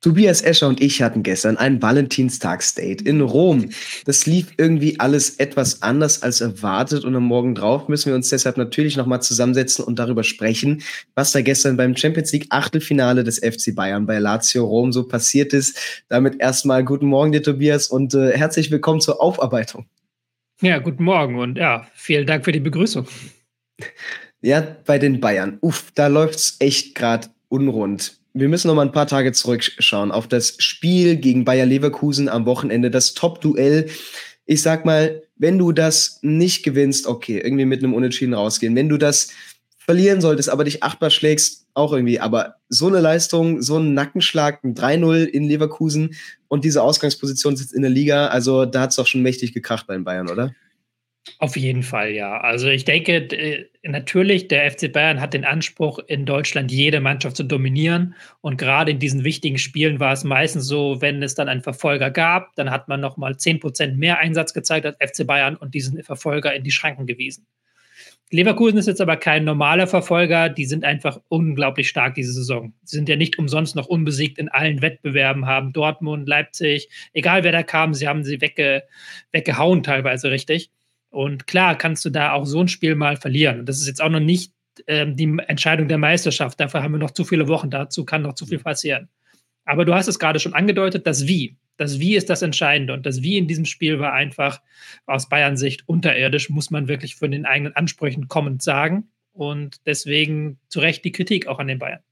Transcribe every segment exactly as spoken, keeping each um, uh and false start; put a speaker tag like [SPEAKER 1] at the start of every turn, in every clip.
[SPEAKER 1] Tobias Escher und ich hatten gestern ein Valentinstagsdate in Rom. Das lief irgendwie alles etwas anders als erwartet und am Morgen drauf müssen wir uns deshalb natürlich nochmal zusammensetzen und darüber sprechen, was da gestern beim Champions League Achtelfinale des F C Bayern bei Lazio Rom so passiert ist. Damit erstmal guten Morgen dir, Tobias, und äh, herzlich willkommen zur Aufarbeitung.
[SPEAKER 2] Ja, guten Morgen und ja, vielen Dank für die Begrüßung.
[SPEAKER 1] Ja, bei den Bayern. Uff, da läuft's echt gerade unrund. Wir müssen noch mal ein paar Tage zurückschauen auf das Spiel gegen Bayer Leverkusen am Wochenende, das Top-Duell. Ich sag mal, wenn du das nicht gewinnst, okay, irgendwie mit einem Unentschieden rausgehen. Wenn du das verlieren solltest, aber dich achtbar schlägst, auch irgendwie. Aber so eine Leistung, so ein Nackenschlag, ein drei null in Leverkusen und diese Ausgangsposition sitzt in der Liga, also da hat's doch schon mächtig gekracht bei den Bayern, oder?
[SPEAKER 2] Auf jeden Fall, ja. Also ich denke, d- natürlich, der F C Bayern hat den Anspruch, in Deutschland jede Mannschaft zu dominieren. Und gerade in diesen wichtigen Spielen war es meistens so, wenn es dann einen Verfolger gab, dann hat man nochmal zehn Prozent mehr Einsatz gezeigt als F C Bayern und diesen Verfolger in die Schranken gewiesen. Leverkusen ist jetzt aber kein normaler Verfolger, die sind einfach unglaublich stark diese Saison. Sie sind ja nicht umsonst noch unbesiegt in allen Wettbewerben, haben Dortmund, Leipzig, egal wer da kam, sie haben sie wegge weggehauen teilweise richtig. Und klar kannst du da auch so ein Spiel mal verlieren. Und das ist jetzt auch noch nicht ähm, die Entscheidung der Meisterschaft. Dafür haben wir noch zu viele Wochen. Dazu kann noch zu viel passieren. Aber du hast es gerade schon angedeutet, das Wie. Das Wie ist das Entscheidende. Und das Wie in diesem Spiel war einfach aus Bayern Sicht unterirdisch, muss man wirklich von den eigenen Ansprüchen kommend sagen. Und deswegen zu Recht die Kritik auch an den Bayern.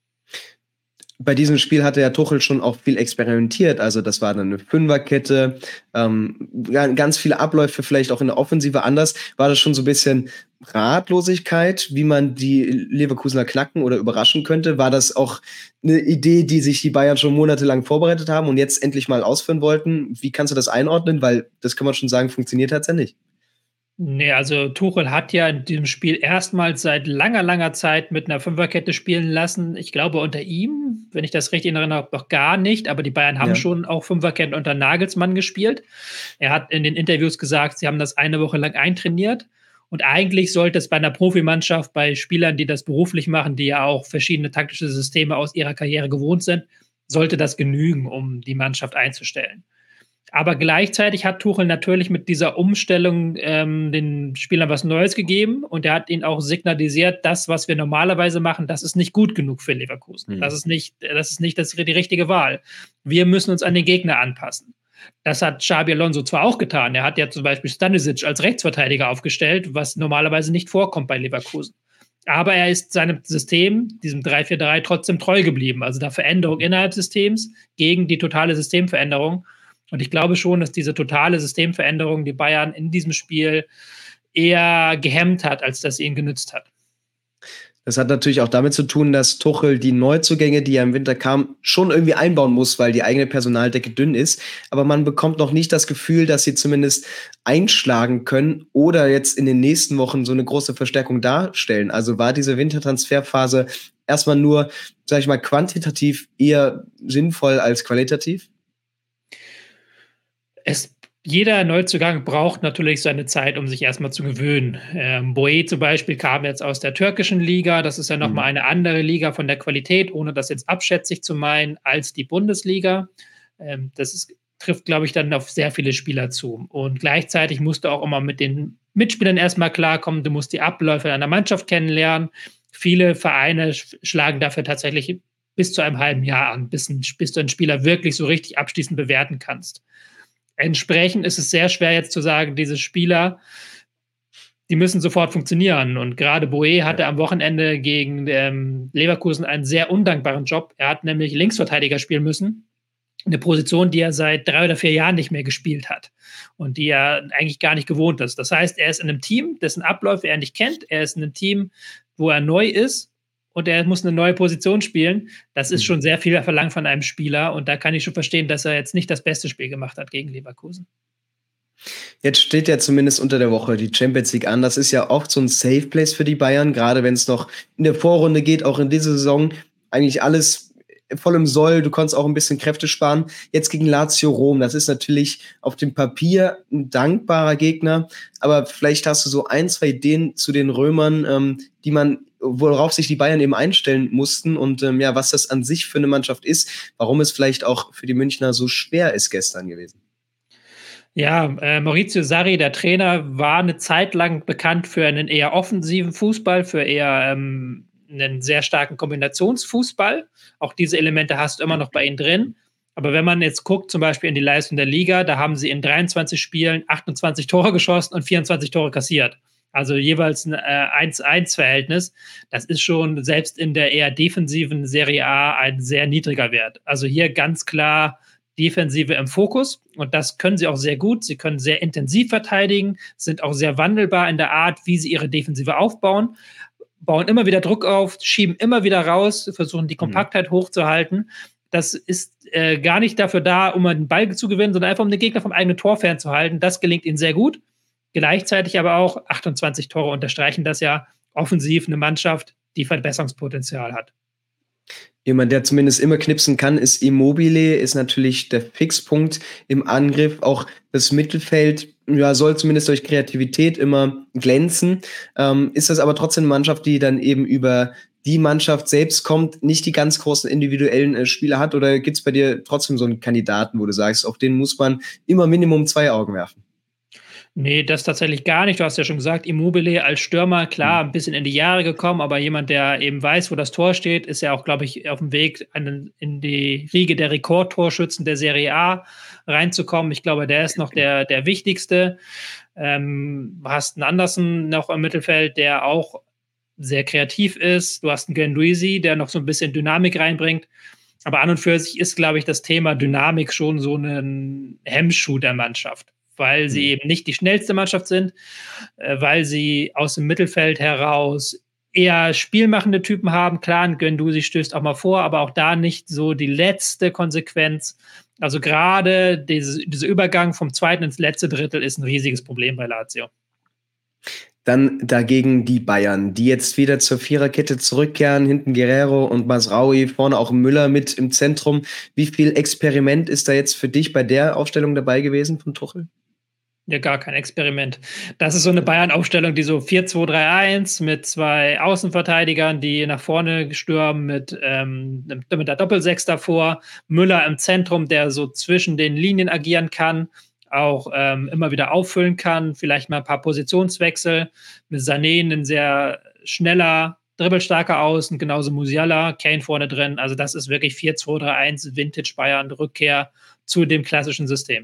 [SPEAKER 1] Bei diesem Spiel hatte ja Tuchel schon auch viel experimentiert. Also das war dann eine Fünferkette, ähm, ganz viele Abläufe vielleicht auch in der Offensive anders. War das schon so ein bisschen Ratlosigkeit, wie man die Leverkusener knacken oder überraschen könnte? War das auch eine Idee, die sich die Bayern schon monatelang vorbereitet haben und jetzt endlich mal ausführen wollten? Wie kannst du das einordnen? Weil das kann man schon sagen, funktioniert hat's ja nicht.
[SPEAKER 2] Nee, also Tuchel hat ja in diesem Spiel erstmals seit langer, langer Zeit mit einer Fünferkette spielen lassen. Ich glaube, unter ihm, wenn ich das richtig in Erinnerung habe, noch gar nicht, aber die Bayern haben
[SPEAKER 1] Ja.
[SPEAKER 2] schon auch Fünferketten unter Nagelsmann gespielt. Er hat in den Interviews gesagt, sie haben das eine Woche lang eintrainiert. Und eigentlich sollte es bei einer Profimannschaft, bei Spielern, die das beruflich machen, die ja auch verschiedene taktische Systeme aus ihrer Karriere gewohnt sind, sollte das genügen, um die Mannschaft einzustellen. Aber gleichzeitig hat Tuchel natürlich mit dieser Umstellung ähm, den Spielern was Neues gegeben und er hat ihnen auch signalisiert, das, was wir normalerweise machen, das ist nicht gut genug für Leverkusen.
[SPEAKER 1] Mhm.
[SPEAKER 2] Das ist nicht, das ist nicht das, die richtige Wahl. Wir müssen uns an den Gegner anpassen. Das hat Xabi Alonso zwar auch getan. Er hat ja zum Beispiel Stanisic als Rechtsverteidiger aufgestellt, was normalerweise nicht vorkommt bei Leverkusen. Aber er ist seinem System, diesem drei vier drei, trotzdem treu geblieben. Also da Veränderung innerhalb des Systems gegen die totale Systemveränderung. Und ich glaube schon, dass diese totale Systemveränderung die Bayern in diesem Spiel eher gehemmt hat, als dass sie ihnen genützt hat.
[SPEAKER 1] Das hat natürlich auch damit zu tun, dass Tuchel die Neuzugänge, die ja im Winter kamen, schon irgendwie einbauen muss, weil die eigene Personaldecke dünn ist. Aber man bekommt noch nicht das Gefühl, dass sie zumindest einschlagen können oder jetzt in den nächsten Wochen so eine große Verstärkung darstellen. Also war diese Wintertransferphase erstmal nur, sag ich mal, quantitativ eher sinnvoll als qualitativ?
[SPEAKER 2] Es, jeder Neuzugang braucht natürlich seine Zeit, um sich erstmal zu gewöhnen. Ähm, Boe zum Beispiel kam jetzt aus der türkischen Liga. Das ist ja nochmal
[SPEAKER 1] Mhm.
[SPEAKER 2] eine andere Liga von der Qualität, ohne das jetzt abschätzig zu meinen, als die Bundesliga. Ähm, das ist, trifft, glaube ich, dann auf sehr viele Spieler zu. Und gleichzeitig musst du auch immer mit den Mitspielern erstmal klarkommen. Du musst die Abläufe einer Mannschaft kennenlernen. Viele Vereine sch schlagen dafür tatsächlich bis zu einem halben Jahr an, bis, ein, bis du einen Spieler wirklich so richtig abschließend bewerten kannst. Entsprechend ist es sehr schwer jetzt zu sagen, diese Spieler, die müssen sofort funktionieren. Und gerade Boe hatte am Wochenende gegen ähm, Leverkusen einen sehr undankbaren Job. Er hat nämlich Linksverteidiger spielen müssen. Eine Position, die er seit drei oder vier Jahren nicht mehr gespielt hat und die er eigentlich gar nicht gewohnt ist. Das heißt, er ist in einem Team, dessen Abläufe er nicht kennt. Er ist in einem Team, wo er neu ist und er muss eine neue Position spielen. Das ist
[SPEAKER 1] Mhm.
[SPEAKER 2] schon sehr viel verlangt von einem Spieler und da kann ich schon verstehen, dass er jetzt nicht das beste Spiel gemacht hat gegen Leverkusen.
[SPEAKER 1] Jetzt steht ja zumindest unter der Woche die Champions League an. Das ist ja oft so ein Safe Place für die Bayern, gerade wenn es noch in der Vorrunde geht, auch in dieser Saison. Eigentlich alles voll im Soll. Du konntest auch ein bisschen Kräfte sparen. Jetzt gegen Lazio Rom. Das ist natürlich auf dem Papier ein dankbarer Gegner. Aber vielleicht hast du so ein, zwei Ideen zu den Römern, ähm, die man worauf sich die Bayern eben einstellen mussten und ähm, ja, was das an sich für eine Mannschaft ist, warum es vielleicht auch für die Münchner so schwer ist gestern gewesen.
[SPEAKER 2] Ja, äh, Maurizio Sarri, der Trainer, war eine Zeit lang bekannt für einen eher offensiven Fußball, für eher ähm, 'nen sehr starken Kombinationsfußball. Auch diese Elemente hast du immer noch bei ihnen drin. Aber wenn man jetzt guckt, zum Beispiel in die Leistung der Liga, da haben sie in dreiundzwanzig Spielen achtundzwanzig Tore geschossen und vierundzwanzig Tore kassiert. Also jeweils ein äh, eins eins Verhältnis. Das ist schon selbst in der eher defensiven Serie A ein sehr niedriger Wert. Also hier ganz klar Defensive im Fokus und das können sie auch sehr gut. Sie können sehr intensiv verteidigen, sind auch sehr wandelbar in der Art, wie sie ihre Defensive aufbauen, bauen immer wieder Druck auf, schieben immer wieder raus, versuchen die Kompaktheit mhm. hochzuhalten. Das ist äh, gar nicht dafür da, um einen Ball zu gewinnen, sondern einfach um den Gegner vom eigenen Tor fernzuhalten. Das gelingt ihnen sehr gut. Gleichzeitig aber auch achtundzwanzig Tore unterstreichen das ja offensiv eine Mannschaft, die Verbesserungspotenzial hat.
[SPEAKER 1] Jemand, der zumindest immer knipsen kann, ist Immobile, ist natürlich der Fixpunkt im Angriff. Auch das Mittelfeld ja, soll zumindest durch Kreativität immer glänzen. Ähm, ist das aber trotzdem eine Mannschaft, die dann eben über die Mannschaft selbst kommt, nicht die ganz großen individuellen äh, Spieler hat? Oder gibt es bei dir trotzdem so einen Kandidaten, wo du sagst, auf den muss man immer Minimum zwei Augen werfen?
[SPEAKER 2] Nee, das tatsächlich gar nicht. Du hast ja schon gesagt, Immobile als Stürmer, klar, ein bisschen in die Jahre gekommen, aber jemand, der eben weiß, wo das Tor steht, ist ja auch, glaube ich, auf dem Weg, einen, in die Riege der Rekordtorschützen der Serie A reinzukommen. Ich glaube, der ist noch der, der wichtigste. Ähm, du hast einen Andersen noch im Mittelfeld, der auch sehr kreativ ist. Du hast einen Guendouzi, der noch so ein bisschen Dynamik reinbringt. Aber an und für sich ist, glaube ich, das Thema Dynamik schon so ein Hemmschuh der Mannschaft, weil sie eben nicht die schnellste Mannschaft sind, äh, weil sie aus dem Mittelfeld heraus eher spielmachende Typen haben. Klar, ein Guendouzi stößt auch mal vor, aber auch da nicht so die letzte Konsequenz. Also gerade diese, dieser Übergang vom zweiten ins letzte Drittel ist ein riesiges Problem bei Lazio.
[SPEAKER 1] Dann dagegen die Bayern, die jetzt wieder zur Viererkette zurückkehren. Hinten Guerrero und Mazraoui, vorne auch Müller mit im Zentrum. Wie viel Experiment ist da jetzt für dich bei der Aufstellung dabei gewesen von Tuchel?
[SPEAKER 2] Ja, gar kein Experiment. Das ist so eine Bayern-Aufstellung, die so vier zwei drei eins mit zwei Außenverteidigern, die nach vorne stürmen, mit, ähm, mit der Doppelsechs davor. Müller im Zentrum, der so zwischen den Linien agieren kann, auch ähm, immer wieder auffüllen kann, vielleicht mal ein paar Positionswechsel. Mit Sané ein sehr schneller, dribbelstarker Außen, genauso Musiala, Kane vorne drin. Also das ist wirklich vier zwei drei eins, Vintage Bayern, Rückkehr zu dem klassischen System.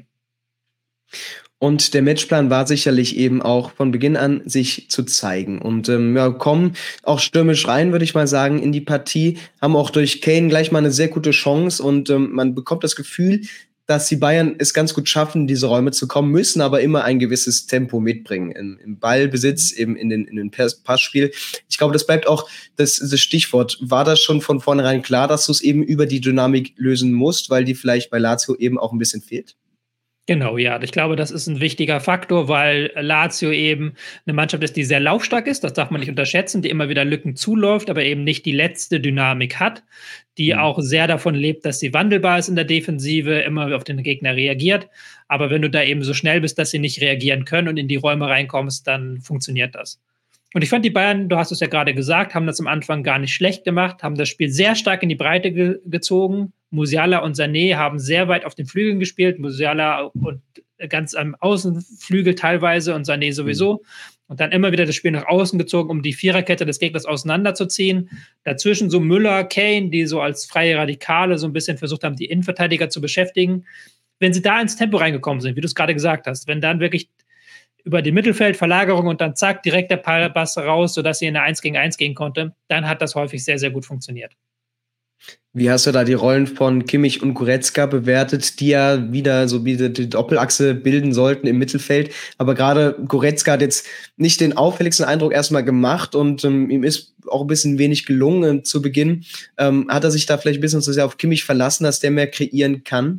[SPEAKER 1] Und der Matchplan war sicherlich eben auch von Beginn an, sich zu zeigen. Und ähm, ja, kommen auch stürmisch rein, würde ich mal sagen, in die Partie. Haben auch durch Kane gleich mal eine sehr gute Chance. Und ähm, man bekommt das Gefühl, dass die Bayern es ganz gut schaffen, in diese Räume zu kommen, müssen aber immer ein gewisses Tempo mitbringen. Im, im Ballbesitz, eben in den, in den Passspiel. Ich glaube, das bleibt auch das, das Stichwort. War das schon von vornherein klar, dass du es eben über die Dynamik lösen musst, weil die vielleicht bei Lazio eben auch ein bisschen fehlt?
[SPEAKER 2] Genau, ja. Ich glaube, das ist ein wichtiger Faktor, weil Lazio eben eine Mannschaft ist, die sehr laufstark ist. Das darf man nicht unterschätzen, die immer wieder Lücken zuläuft, aber eben nicht die letzte Dynamik hat, die mhm. auch sehr davon lebt, dass sie wandelbar ist in der Defensive, immer auf den Gegner reagiert. Aber wenn du da eben so schnell bist, dass sie nicht reagieren können und in die Räume reinkommst, dann funktioniert das. Und ich fand, die Bayern, du hast es ja gerade gesagt, haben das am Anfang gar nicht schlecht gemacht, haben das Spiel sehr stark in die Breite ge- gezogen. Musiala und Sané haben sehr weit auf den Flügeln gespielt, Musiala und ganz am Außenflügel teilweise und Sané sowieso. Und dann immer wieder das Spiel nach außen gezogen, um die Viererkette des Gegners auseinanderzuziehen. Dazwischen so Müller, Kane, die so als freie Radikale so ein bisschen versucht haben, die Innenverteidiger zu beschäftigen. Wenn sie da ins Tempo reingekommen sind, wie du es gerade gesagt hast, wenn dann wirklich über die Mittelfeldverlagerung und dann zack, direkt der Pass raus, sodass sie in eine eins gegen eins gehen konnte, dann hat das häufig sehr, sehr gut funktioniert.
[SPEAKER 1] Wie hast du da die Rollen von Kimmich und Goretzka bewertet, die ja wieder so wie die Doppelachse bilden sollten im Mittelfeld? Aber gerade Goretzka hat jetzt nicht den auffälligsten Eindruck erstmal gemacht und ähm, ihm ist auch ein bisschen wenig gelungen äh, zu Beginn. Ähm, hat er sich da vielleicht ein bisschen zu sehr auf Kimmich verlassen, dass der mehr kreieren kann?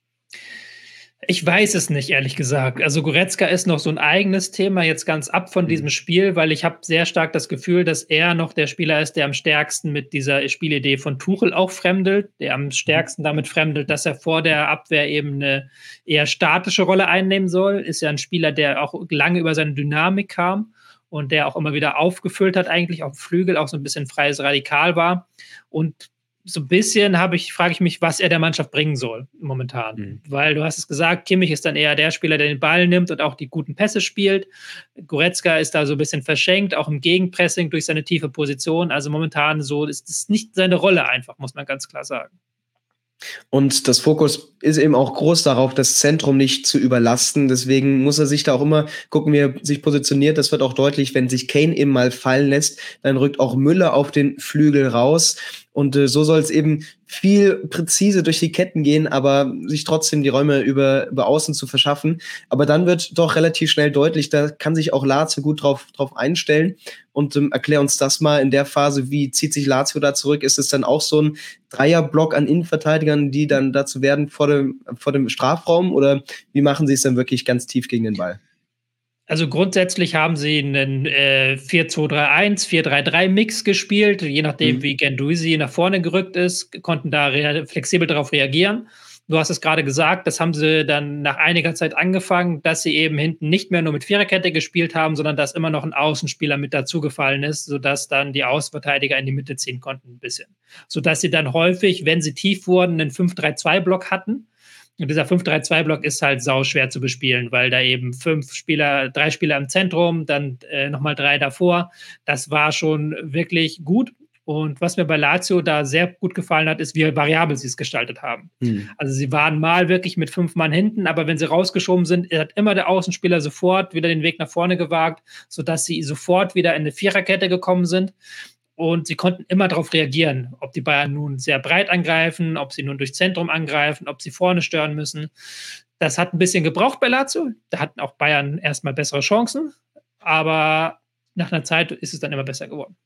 [SPEAKER 2] Ich weiß es nicht, ehrlich gesagt. Also Goretzka ist noch so ein eigenes Thema, jetzt ganz ab von diesem Spiel, weil ich habe sehr stark das Gefühl, dass er noch der Spieler ist, der am stärksten mit dieser Spielidee von Tuchel auch fremdelt, der am stärksten damit fremdelt, dass er vor der Abwehr eben eine eher statische Rolle einnehmen soll. Ist ja ein Spieler, der auch lange über seine Dynamik kam. und der auch immer wieder aufgefüllt hat, eigentlich auf dem Flügel, auch so ein bisschen freies Radikal war. Und so ein bisschen habe ich, frage ich mich, was er der Mannschaft bringen soll momentan.
[SPEAKER 1] Mhm.
[SPEAKER 2] Weil du hast es gesagt, Kimmich ist dann eher der Spieler, der den Ball nimmt und auch die guten Pässe spielt. Goretzka ist da so ein bisschen verschenkt, auch im Gegenpressing durch seine tiefe Position. Also momentan so ist es nicht seine Rolle einfach, muss man ganz klar sagen.
[SPEAKER 1] Und das Fokus ist eben auch groß darauf, das Zentrum nicht zu überlasten. Deswegen muss er sich da auch immer gucken, wie er sich positioniert. Das wird auch deutlich, wenn sich Kane eben mal fallen lässt, dann rückt auch Müller auf den Flügel raus. Und äh, so soll es eben viel präzise durch die Ketten gehen, aber sich trotzdem die Räume über, über Außen zu verschaffen. Aber dann wird doch relativ schnell deutlich, da kann sich auch Lazio gut drauf, drauf einstellen. Und ähm, erklär uns das mal in der Phase, wie zieht sich Lazio da zurück? Ist es dann auch so ein Dreierblock an Innenverteidigern, die dann dazu werden vor dem, vor dem Strafraum? Oder wie machen sie es dann wirklich ganz tief gegen den Ball?
[SPEAKER 2] Also grundsätzlich haben sie einen äh, vier zwei drei eins, vier drei drei Mix gespielt, je nachdem, mhm. wie Guendouzi nach vorne gerückt ist, konnten da rea- flexibel darauf reagieren. Du hast es gerade gesagt, das haben sie dann nach einiger Zeit angefangen, dass sie eben hinten nicht mehr nur mit Viererkette gespielt haben, sondern dass immer noch ein Außenspieler mit dazugefallen ist, sodass dann die Außenverteidiger in die Mitte ziehen konnten ein bisschen. Sodass sie dann häufig, wenn sie tief wurden, einen fünf drei zwei Block hatten. Und dieser fünf drei zwei Block ist halt sau schwer zu bespielen, weil da eben fünf Spieler, drei Spieler im Zentrum, dann äh, nochmal drei davor. Das war schon wirklich gut. Und was mir bei Lazio da sehr gut gefallen hat, ist, wie variabel sie es gestaltet haben. Hm. Also sie waren mal wirklich mit fünf Mann hinten, aber wenn sie rausgeschoben sind, hat immer der Außenspieler sofort wieder den Weg nach vorne gewagt, sodass sie sofort wieder in eine Viererkette gekommen sind. Und sie konnten immer darauf reagieren, ob die Bayern nun sehr breit angreifen, ob sie nun durchs Zentrum angreifen, ob sie vorne stören müssen. Das hat ein bisschen gebraucht bei Lazio. Da hatten auch Bayern erstmal bessere Chancen. Aber nach einer Zeit ist es dann immer besser geworden.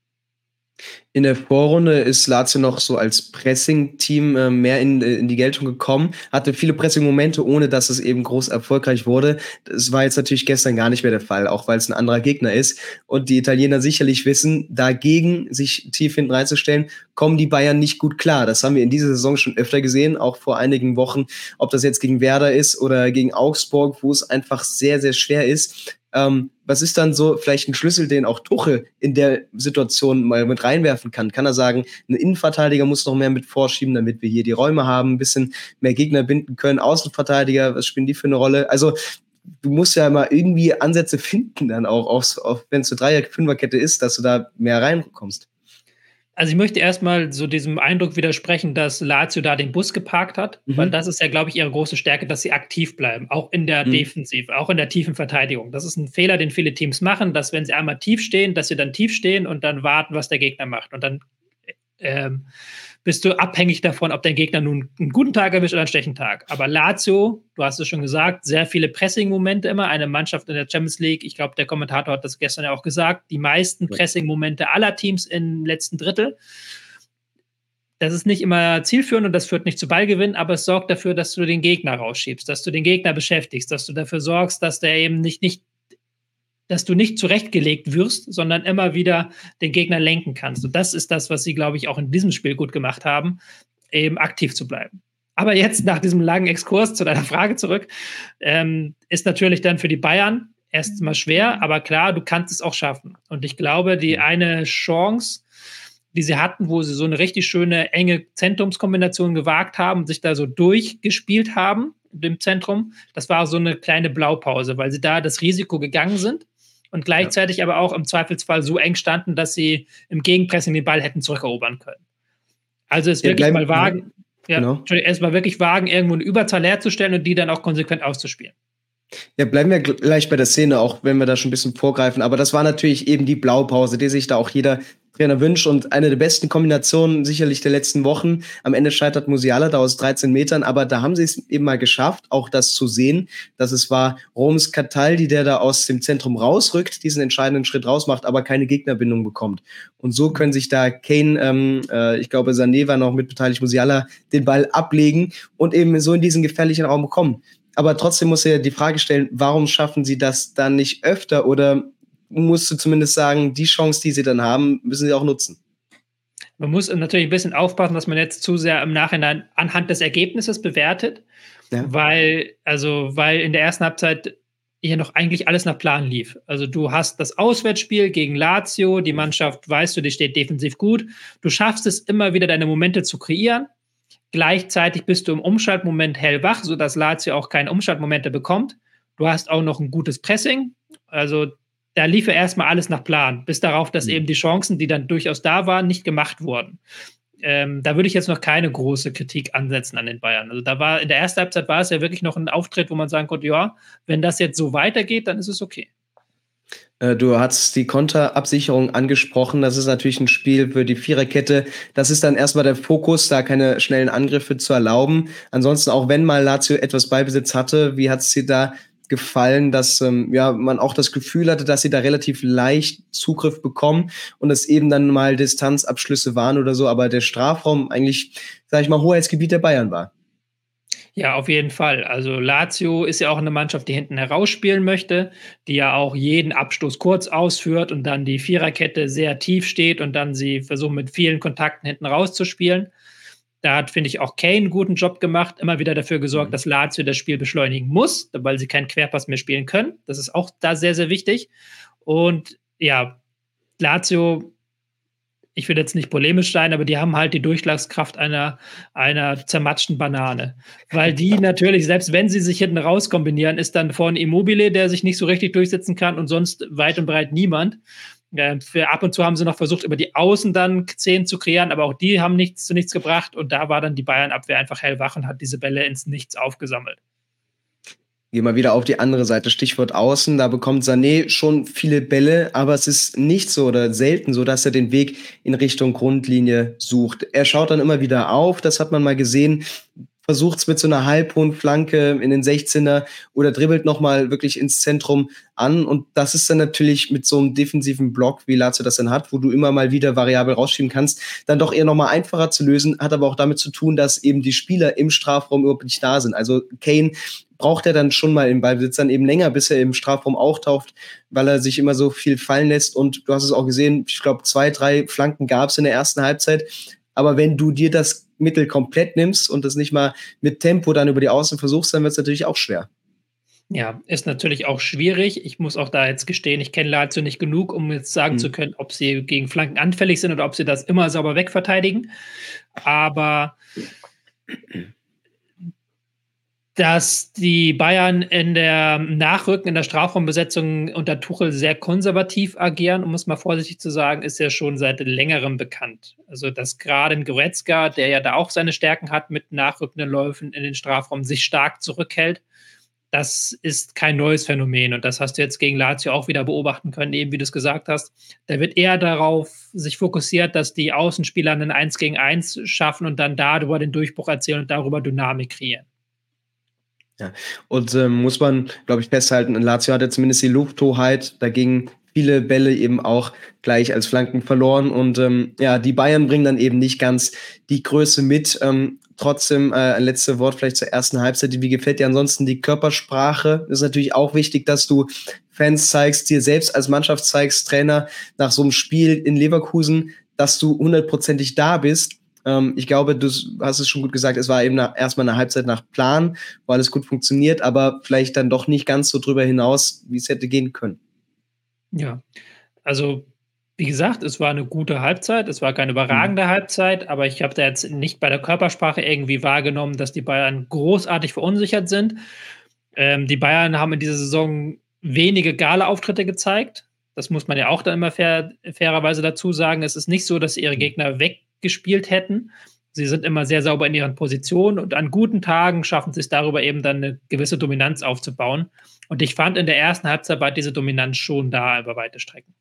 [SPEAKER 1] In der Vorrunde ist Lazio noch so als Pressing-Team äh, mehr in, in die Geltung gekommen, hatte viele Pressing-Momente, ohne dass es eben groß erfolgreich wurde. Das war jetzt natürlich gestern gar nicht mehr der Fall, auch weil es ein anderer Gegner ist. Und die Italiener sicherlich wissen, dagegen sich tief hinten reinzustellen, kommen die Bayern nicht gut klar. Das haben wir in dieser Saison schon öfter gesehen, auch vor einigen Wochen, ob das jetzt gegen Werder ist oder gegen Augsburg, wo es einfach sehr, sehr schwer ist. Ähm, was ist dann so vielleicht ein Schlüssel, den auch Tuchel in der Situation mal mit reinwerfen kann? Kann er sagen, ein Innenverteidiger muss noch mehr mit vorschieben, damit wir hier die Räume haben, ein bisschen mehr Gegner binden können? Außenverteidiger, was spielen die für eine Rolle? Also du musst ja mal irgendwie Ansätze finden dann auch, aufs, auf, wenn es eine Dreier-Fünferkette ist, dass du da mehr reinkommst.
[SPEAKER 2] Also ich möchte erstmal so diesem Eindruck widersprechen, dass Lazio da den Bus geparkt hat, mhm. weil das ist ja, glaube ich, ihre große Stärke, dass sie aktiv bleiben, auch in der mhm. Defensive, auch in der tiefen Verteidigung. Das ist ein Fehler, den viele Teams machen, dass wenn sie einmal tief stehen, dass sie dann tief stehen und dann warten, was der Gegner macht. Und dann ähm, bist du abhängig davon, ob dein Gegner nun einen guten Tag erwischt oder einen schlechten Tag. Aber Lazio, du hast es schon gesagt, sehr viele Pressing-Momente immer. Eine Mannschaft in der Champions League, ich glaube, der Kommentator hat das gestern ja auch gesagt, die meisten Pressing-Momente aller Teams im letzten Drittel. Das ist nicht immer zielführend und das führt nicht zu Ballgewinn, aber es sorgt dafür, dass du den Gegner rausschiebst, dass du den Gegner beschäftigst, dass du dafür sorgst, dass der eben nicht, nicht dass du nicht zurechtgelegt wirst, sondern immer wieder den Gegner lenken kannst. Und das ist das, was sie, glaube ich, auch in diesem Spiel gut gemacht haben, eben aktiv zu bleiben. Aber jetzt nach diesem langen Exkurs zu deiner Frage zurück, ähm, ist natürlich dann für die Bayern erstmal schwer, aber klar, du kannst es auch schaffen. Und ich glaube, die eine Chance, die sie hatten, wo sie so eine richtig schöne, enge Zentrumskombination gewagt haben, sich da so durchgespielt haben im Zentrum, das war so eine kleine Blaupause, weil sie da das Risiko gegangen sind und gleichzeitig ja. aber auch im Zweifelsfall so eng standen, dass sie im Gegenpressing den Ball hätten zurückerobern können. Also es ja, wirklich mal wagen, ja, genau. erst mal wirklich wagen, irgendwo eine Überzahl herzustellen und die dann auch konsequent auszuspielen.
[SPEAKER 1] Ja, bleiben wir gleich bei der Szene, auch wenn wir da schon ein bisschen vorgreifen. Aber das war natürlich eben die Blaupause, die sich da auch jeder Trainer wünscht. Und eine der besten Kombinationen sicherlich der letzten Wochen. Am Ende scheitert Musiala da aus dreizehn Metern. Aber da haben sie es eben mal geschafft, auch das zu sehen, dass es war Roms Cataldi, der da aus dem Zentrum rausrückt, diesen entscheidenden Schritt rausmacht, aber keine Gegnerbindung bekommt. Und so können sich da Kane, ähm, äh, ich glaube Sané war noch mit beteiligt, Musiala, den Ball ablegen und eben so in diesen gefährlichen Raum kommen. Aber trotzdem muss er die Frage stellen, warum schaffen sie das dann nicht öfter? Oder musst du zumindest sagen, die Chance, die sie dann haben, müssen sie auch nutzen?
[SPEAKER 2] Man muss natürlich ein bisschen aufpassen, dass man jetzt zu sehr im Nachhinein anhand des Ergebnisses bewertet. Ja. Weil, also, weil in der ersten Halbzeit hier noch eigentlich alles nach Plan lief. Also, du hast das Auswärtsspiel gegen Lazio, die Mannschaft, weißt du, die steht defensiv gut. Du schaffst es immer wieder, deine Momente zu kreieren. Gleichzeitig bist du im Umschaltmoment hellwach, sodass Lazio auch keine Umschaltmomente bekommt. Du hast auch noch ein gutes Pressing. Also, da lief ja erst mal alles nach Plan, bis darauf, dass
[SPEAKER 1] Mhm.
[SPEAKER 2] eben die Chancen, die dann durchaus da waren, nicht gemacht wurden. Ähm, da würde ich jetzt noch keine große Kritik ansetzen an den Bayern. Also, da war in der ersten Halbzeit war es ja wirklich noch ein Auftritt, wo man sagen konnte: „Ja, wenn das jetzt so weitergeht, dann ist es okay.“
[SPEAKER 1] Äh, du hast die Konterabsicherung angesprochen. Das ist natürlich ein Spiel für die Viererkette. Das ist dann erstmal der Fokus, da keine schnellen Angriffe zu erlauben. Ansonsten, auch wenn mal Lazio etwas Ballbesitz hatte, wie hat's dir da gefallen, dass ähm, ja, man auch das Gefühl hatte, dass sie da relativ leicht Zugriff bekommen und es eben dann mal Distanzabschlüsse waren oder so, aber der Strafraum eigentlich, sage ich mal, Hoheitsgebiet der Bayern war?
[SPEAKER 2] Ja, auf jeden Fall. Also, Lazio ist ja auch eine Mannschaft, die hinten herausspielen möchte, die ja auch jeden Abstoß kurz ausführt und dann die Viererkette sehr tief steht und dann sie versuchen, mit vielen Kontakten hinten rauszuspielen. Da hat, finde ich, auch Kane einen guten Job gemacht, immer wieder dafür gesorgt,
[SPEAKER 1] Mhm.
[SPEAKER 2] dass Lazio das Spiel beschleunigen muss, weil sie keinen Querpass mehr spielen können. Das ist auch da sehr, sehr wichtig. Und ja, Lazio, ich will jetzt nicht polemisch sein, aber die haben halt die Durchschlagskraft einer einer zermatschten Banane. Weil die natürlich, selbst wenn sie sich hinten raus kombinieren, ist dann vorne Immobile, der sich nicht so richtig durchsetzen kann und sonst weit und breit niemand. Ähm, für ab und zu haben sie noch versucht, über die Außen dann Szenen zu kreieren, aber auch die haben nichts zu nichts gebracht und da war dann die Bayern-Abwehr einfach hellwach und hat diese Bälle ins Nichts aufgesammelt.
[SPEAKER 1] Geh mal wieder auf die andere Seite, Stichwort Außen. Da bekommt Sané schon viele Bälle, aber es ist nicht so oder selten so, dass er den Weg in Richtung Grundlinie sucht. Er schaut dann immer wieder auf, das hat man mal gesehen, versucht es mit so einer halbhohen Flanke in den sechzehner oder dribbelt noch mal wirklich ins Zentrum an. Und das ist dann natürlich mit so einem defensiven Block, wie Lazio das dann hat, wo du immer mal wieder variabel rausschieben kannst, dann doch eher noch mal einfacher zu lösen, hat aber auch damit zu tun, dass eben die Spieler im Strafraum überhaupt nicht da sind. Also Kane braucht er dann schon mal im Ballbesitz dann eben länger, bis er im Strafraum auftaucht, weil er sich immer so viel fallen lässt. Und du hast es auch gesehen, ich glaube, zwei, drei Flanken gab es in der ersten Halbzeit. Aber wenn du dir das Mittel komplett nimmst und das nicht mal mit Tempo dann über die Außen versuchst, dann wird es natürlich auch schwer.
[SPEAKER 2] Ja, ist natürlich auch schwierig. Ich muss auch da jetzt gestehen, ich kenne Lazio nicht genug, um jetzt sagen zu
[SPEAKER 1] Mhm.
[SPEAKER 2] können, ob sie gegen Flanken anfällig sind oder ob sie das immer sauber wegverteidigen. Aber dass die Bayern in der Nachrücken, in der Strafraumbesetzung unter Tuchel sehr konservativ agieren, um es mal vorsichtig zu sagen, ist ja schon seit Längerem bekannt. Also, dass gerade 'n Goretzka, der ja da auch seine Stärken hat mit nachrückenden Läufen in den Strafraum, sich stark zurückhält, das ist kein neues Phänomen. Und das hast du jetzt gegen Lazio auch wieder beobachten können, eben wie du es gesagt hast. Da wird eher darauf sich fokussiert, dass die Außenspieler ein Eins gegen Eins schaffen und dann darüber den Durchbruch erzielen und darüber Dynamik kreieren.
[SPEAKER 1] Ja. Und ähm, muss man, glaube ich, festhalten, Lazio hatte zumindest die Lufthoheit, dagegen viele Bälle eben auch gleich als Flanken verloren. Und ähm, ja, die Bayern bringen dann eben nicht ganz die Größe mit. Ähm, trotzdem, äh, ein letztes Wort vielleicht zur ersten Halbzeit. Wie gefällt dir ansonsten die Körpersprache? Ist natürlich auch wichtig, dass du Fans zeigst, dir selbst als Mannschaft zeigst, Trainer, nach so einem Spiel in Leverkusen, dass du hundertprozentig da bist. Ähm, ich glaube, du hast es schon gut gesagt, es war eben nach, erstmal eine Halbzeit nach Plan, wo alles gut funktioniert, aber vielleicht dann doch nicht ganz so drüber hinaus, wie es hätte gehen können.
[SPEAKER 2] Ja, also, wie gesagt, es war eine gute Halbzeit. Es war keine
[SPEAKER 1] Mhm.
[SPEAKER 2] überragende Halbzeit, aber ich habe da jetzt nicht bei der Körpersprache irgendwie wahrgenommen, dass die Bayern großartig verunsichert sind. Ähm, die Bayern haben in dieser Saison wenige Gala-Auftritte gezeigt. Das muss man ja auch dann immer fair fairerweise dazu sagen. Es ist nicht so, dass sie ihre Gegner weggespielt hätten. Sie sind immer sehr sauber in ihren Positionen und an guten Tagen schaffen sie's darüber eben dann eine gewisse Dominanz aufzubauen. Und ich fand, in der ersten Halbzeit war diese Dominanz schon da über weite Strecken.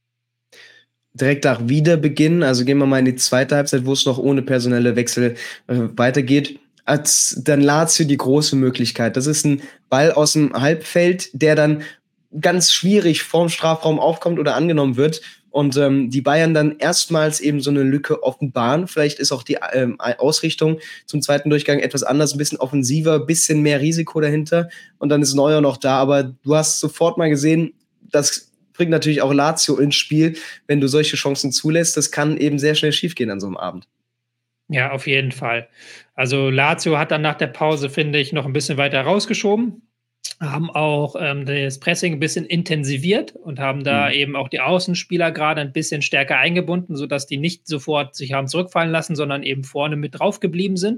[SPEAKER 1] Direkt nach Wiederbeginn, also gehen wir mal in die zweite Halbzeit, wo es noch ohne personelle Wechsel äh, weitergeht, hat dann Lazio die große Möglichkeit. Das ist ein Ball aus dem Halbfeld, der dann ganz schwierig vorm Strafraum aufkommt oder angenommen wird. Und ähm, die Bayern dann erstmals eben so eine Lücke offenbaren. Vielleicht ist auch die ähm, Ausrichtung zum zweiten Durchgang etwas anders, ein bisschen offensiver, ein bisschen mehr Risiko dahinter. Und dann ist Neuer noch da. Aber du hast sofort mal gesehen, das bringt natürlich auch Lazio ins Spiel, wenn du solche Chancen zulässt. Das kann eben sehr schnell schiefgehen an so einem Abend.
[SPEAKER 2] Ja, auf jeden Fall. Also, Lazio hat dann nach der Pause, finde ich, noch ein bisschen weiter rausgeschoben. haben auch ähm, das Pressing ein bisschen intensiviert und haben da
[SPEAKER 1] Mhm.
[SPEAKER 2] eben auch die Außenspieler gerade ein bisschen stärker eingebunden, sodass die nicht sofort sich haben zurückfallen lassen, sondern eben vorne mit drauf geblieben sind.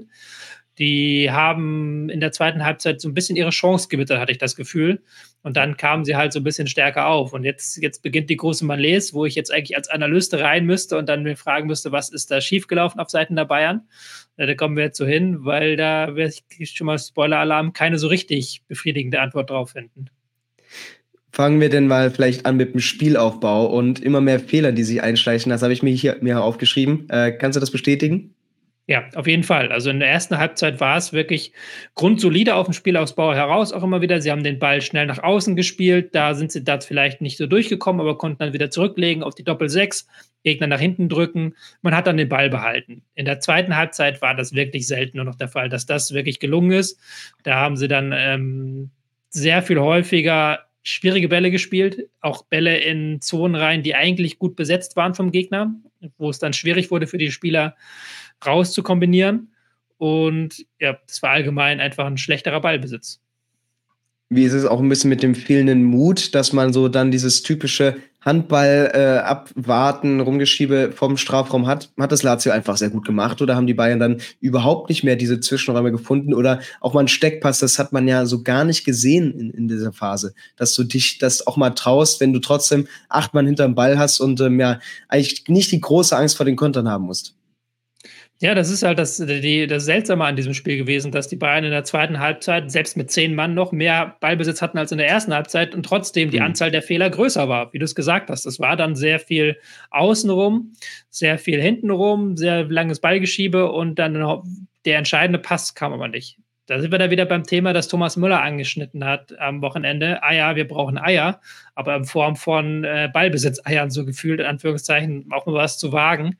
[SPEAKER 2] Die haben in der zweiten Halbzeit so ein bisschen ihre Chance gewittert, hatte ich das Gefühl. Und dann kamen sie halt so ein bisschen stärker auf. Und jetzt jetzt beginnt die große Malaise, wo ich jetzt eigentlich als Analyst rein müsste und dann mir fragen müsste: „Was ist da schiefgelaufen auf Seiten der Bayern?“ Äh, da kommen wir jetzt so hin, weil da werde ich schon mal Spoiler-Alarm, keine so richtig befriedigende Antwort drauf finden.
[SPEAKER 1] Fangen wir denn mal vielleicht an mit dem Spielaufbau und immer mehr Fehler, die sich einschleichen. Das habe ich mir hier mir aufgeschrieben. Äh, kannst du das bestätigen?
[SPEAKER 2] Ja, auf jeden Fall. Also, in der ersten Halbzeit war es wirklich grundsolide auf dem Spielaufbau heraus auch immer wieder. Sie haben den Ball schnell nach außen gespielt. Da sind sie da vielleicht nicht so durchgekommen, aber konnten dann wieder zurücklegen auf die Doppel-Sechs, Gegner nach hinten drücken. Man hat dann den Ball behalten. In der zweiten Halbzeit war das wirklich selten nur noch der Fall, dass das wirklich gelungen ist. Da haben sie dann, ähm, sehr viel häufiger schwierige Bälle gespielt, auch Bälle in Zonen rein, die eigentlich gut besetzt waren vom Gegner, wo es dann schwierig wurde für die Spieler rauszukombinieren. Und ja, das war allgemein einfach ein schlechterer Ballbesitz.
[SPEAKER 1] Wie ist es auch ein bisschen mit dem fehlenden Mut, dass man so dann dieses typische Handball, äh, abwarten, Rumgeschiebe vom Strafraum hat? Hat das Lazio einfach sehr gut gemacht oder haben die Bayern dann überhaupt nicht mehr diese Zwischenräume gefunden oder auch mal 'n Steckpass, das hat man ja so gar nicht gesehen in in dieser Phase, dass du dich das auch mal traust, wenn du trotzdem acht Mann hinterm Ball hast und, ähm, ja, eigentlich nicht die große Angst vor den Kontern haben musst.
[SPEAKER 2] Ja, das ist halt das die das Seltsame an diesem Spiel gewesen, dass die Bayern in der zweiten Halbzeit selbst mit zehn Mann noch mehr Ballbesitz hatten als in der ersten Halbzeit und trotzdem die
[SPEAKER 1] Mhm.
[SPEAKER 2] Anzahl der Fehler größer war, wie du es gesagt hast. Es war dann sehr viel außenrum, sehr viel hintenrum, sehr langes Ballgeschiebe und dann noch der entscheidende Pass kam aber nicht. Da sind wir dann wieder beim Thema, das Thomas Müller angeschnitten hat am Wochenende. Ah ja, wir brauchen Eier, aber in Form von, äh, Ballbesitzeiern so gefühlt in Anführungszeichen, auch mal was zu wagen.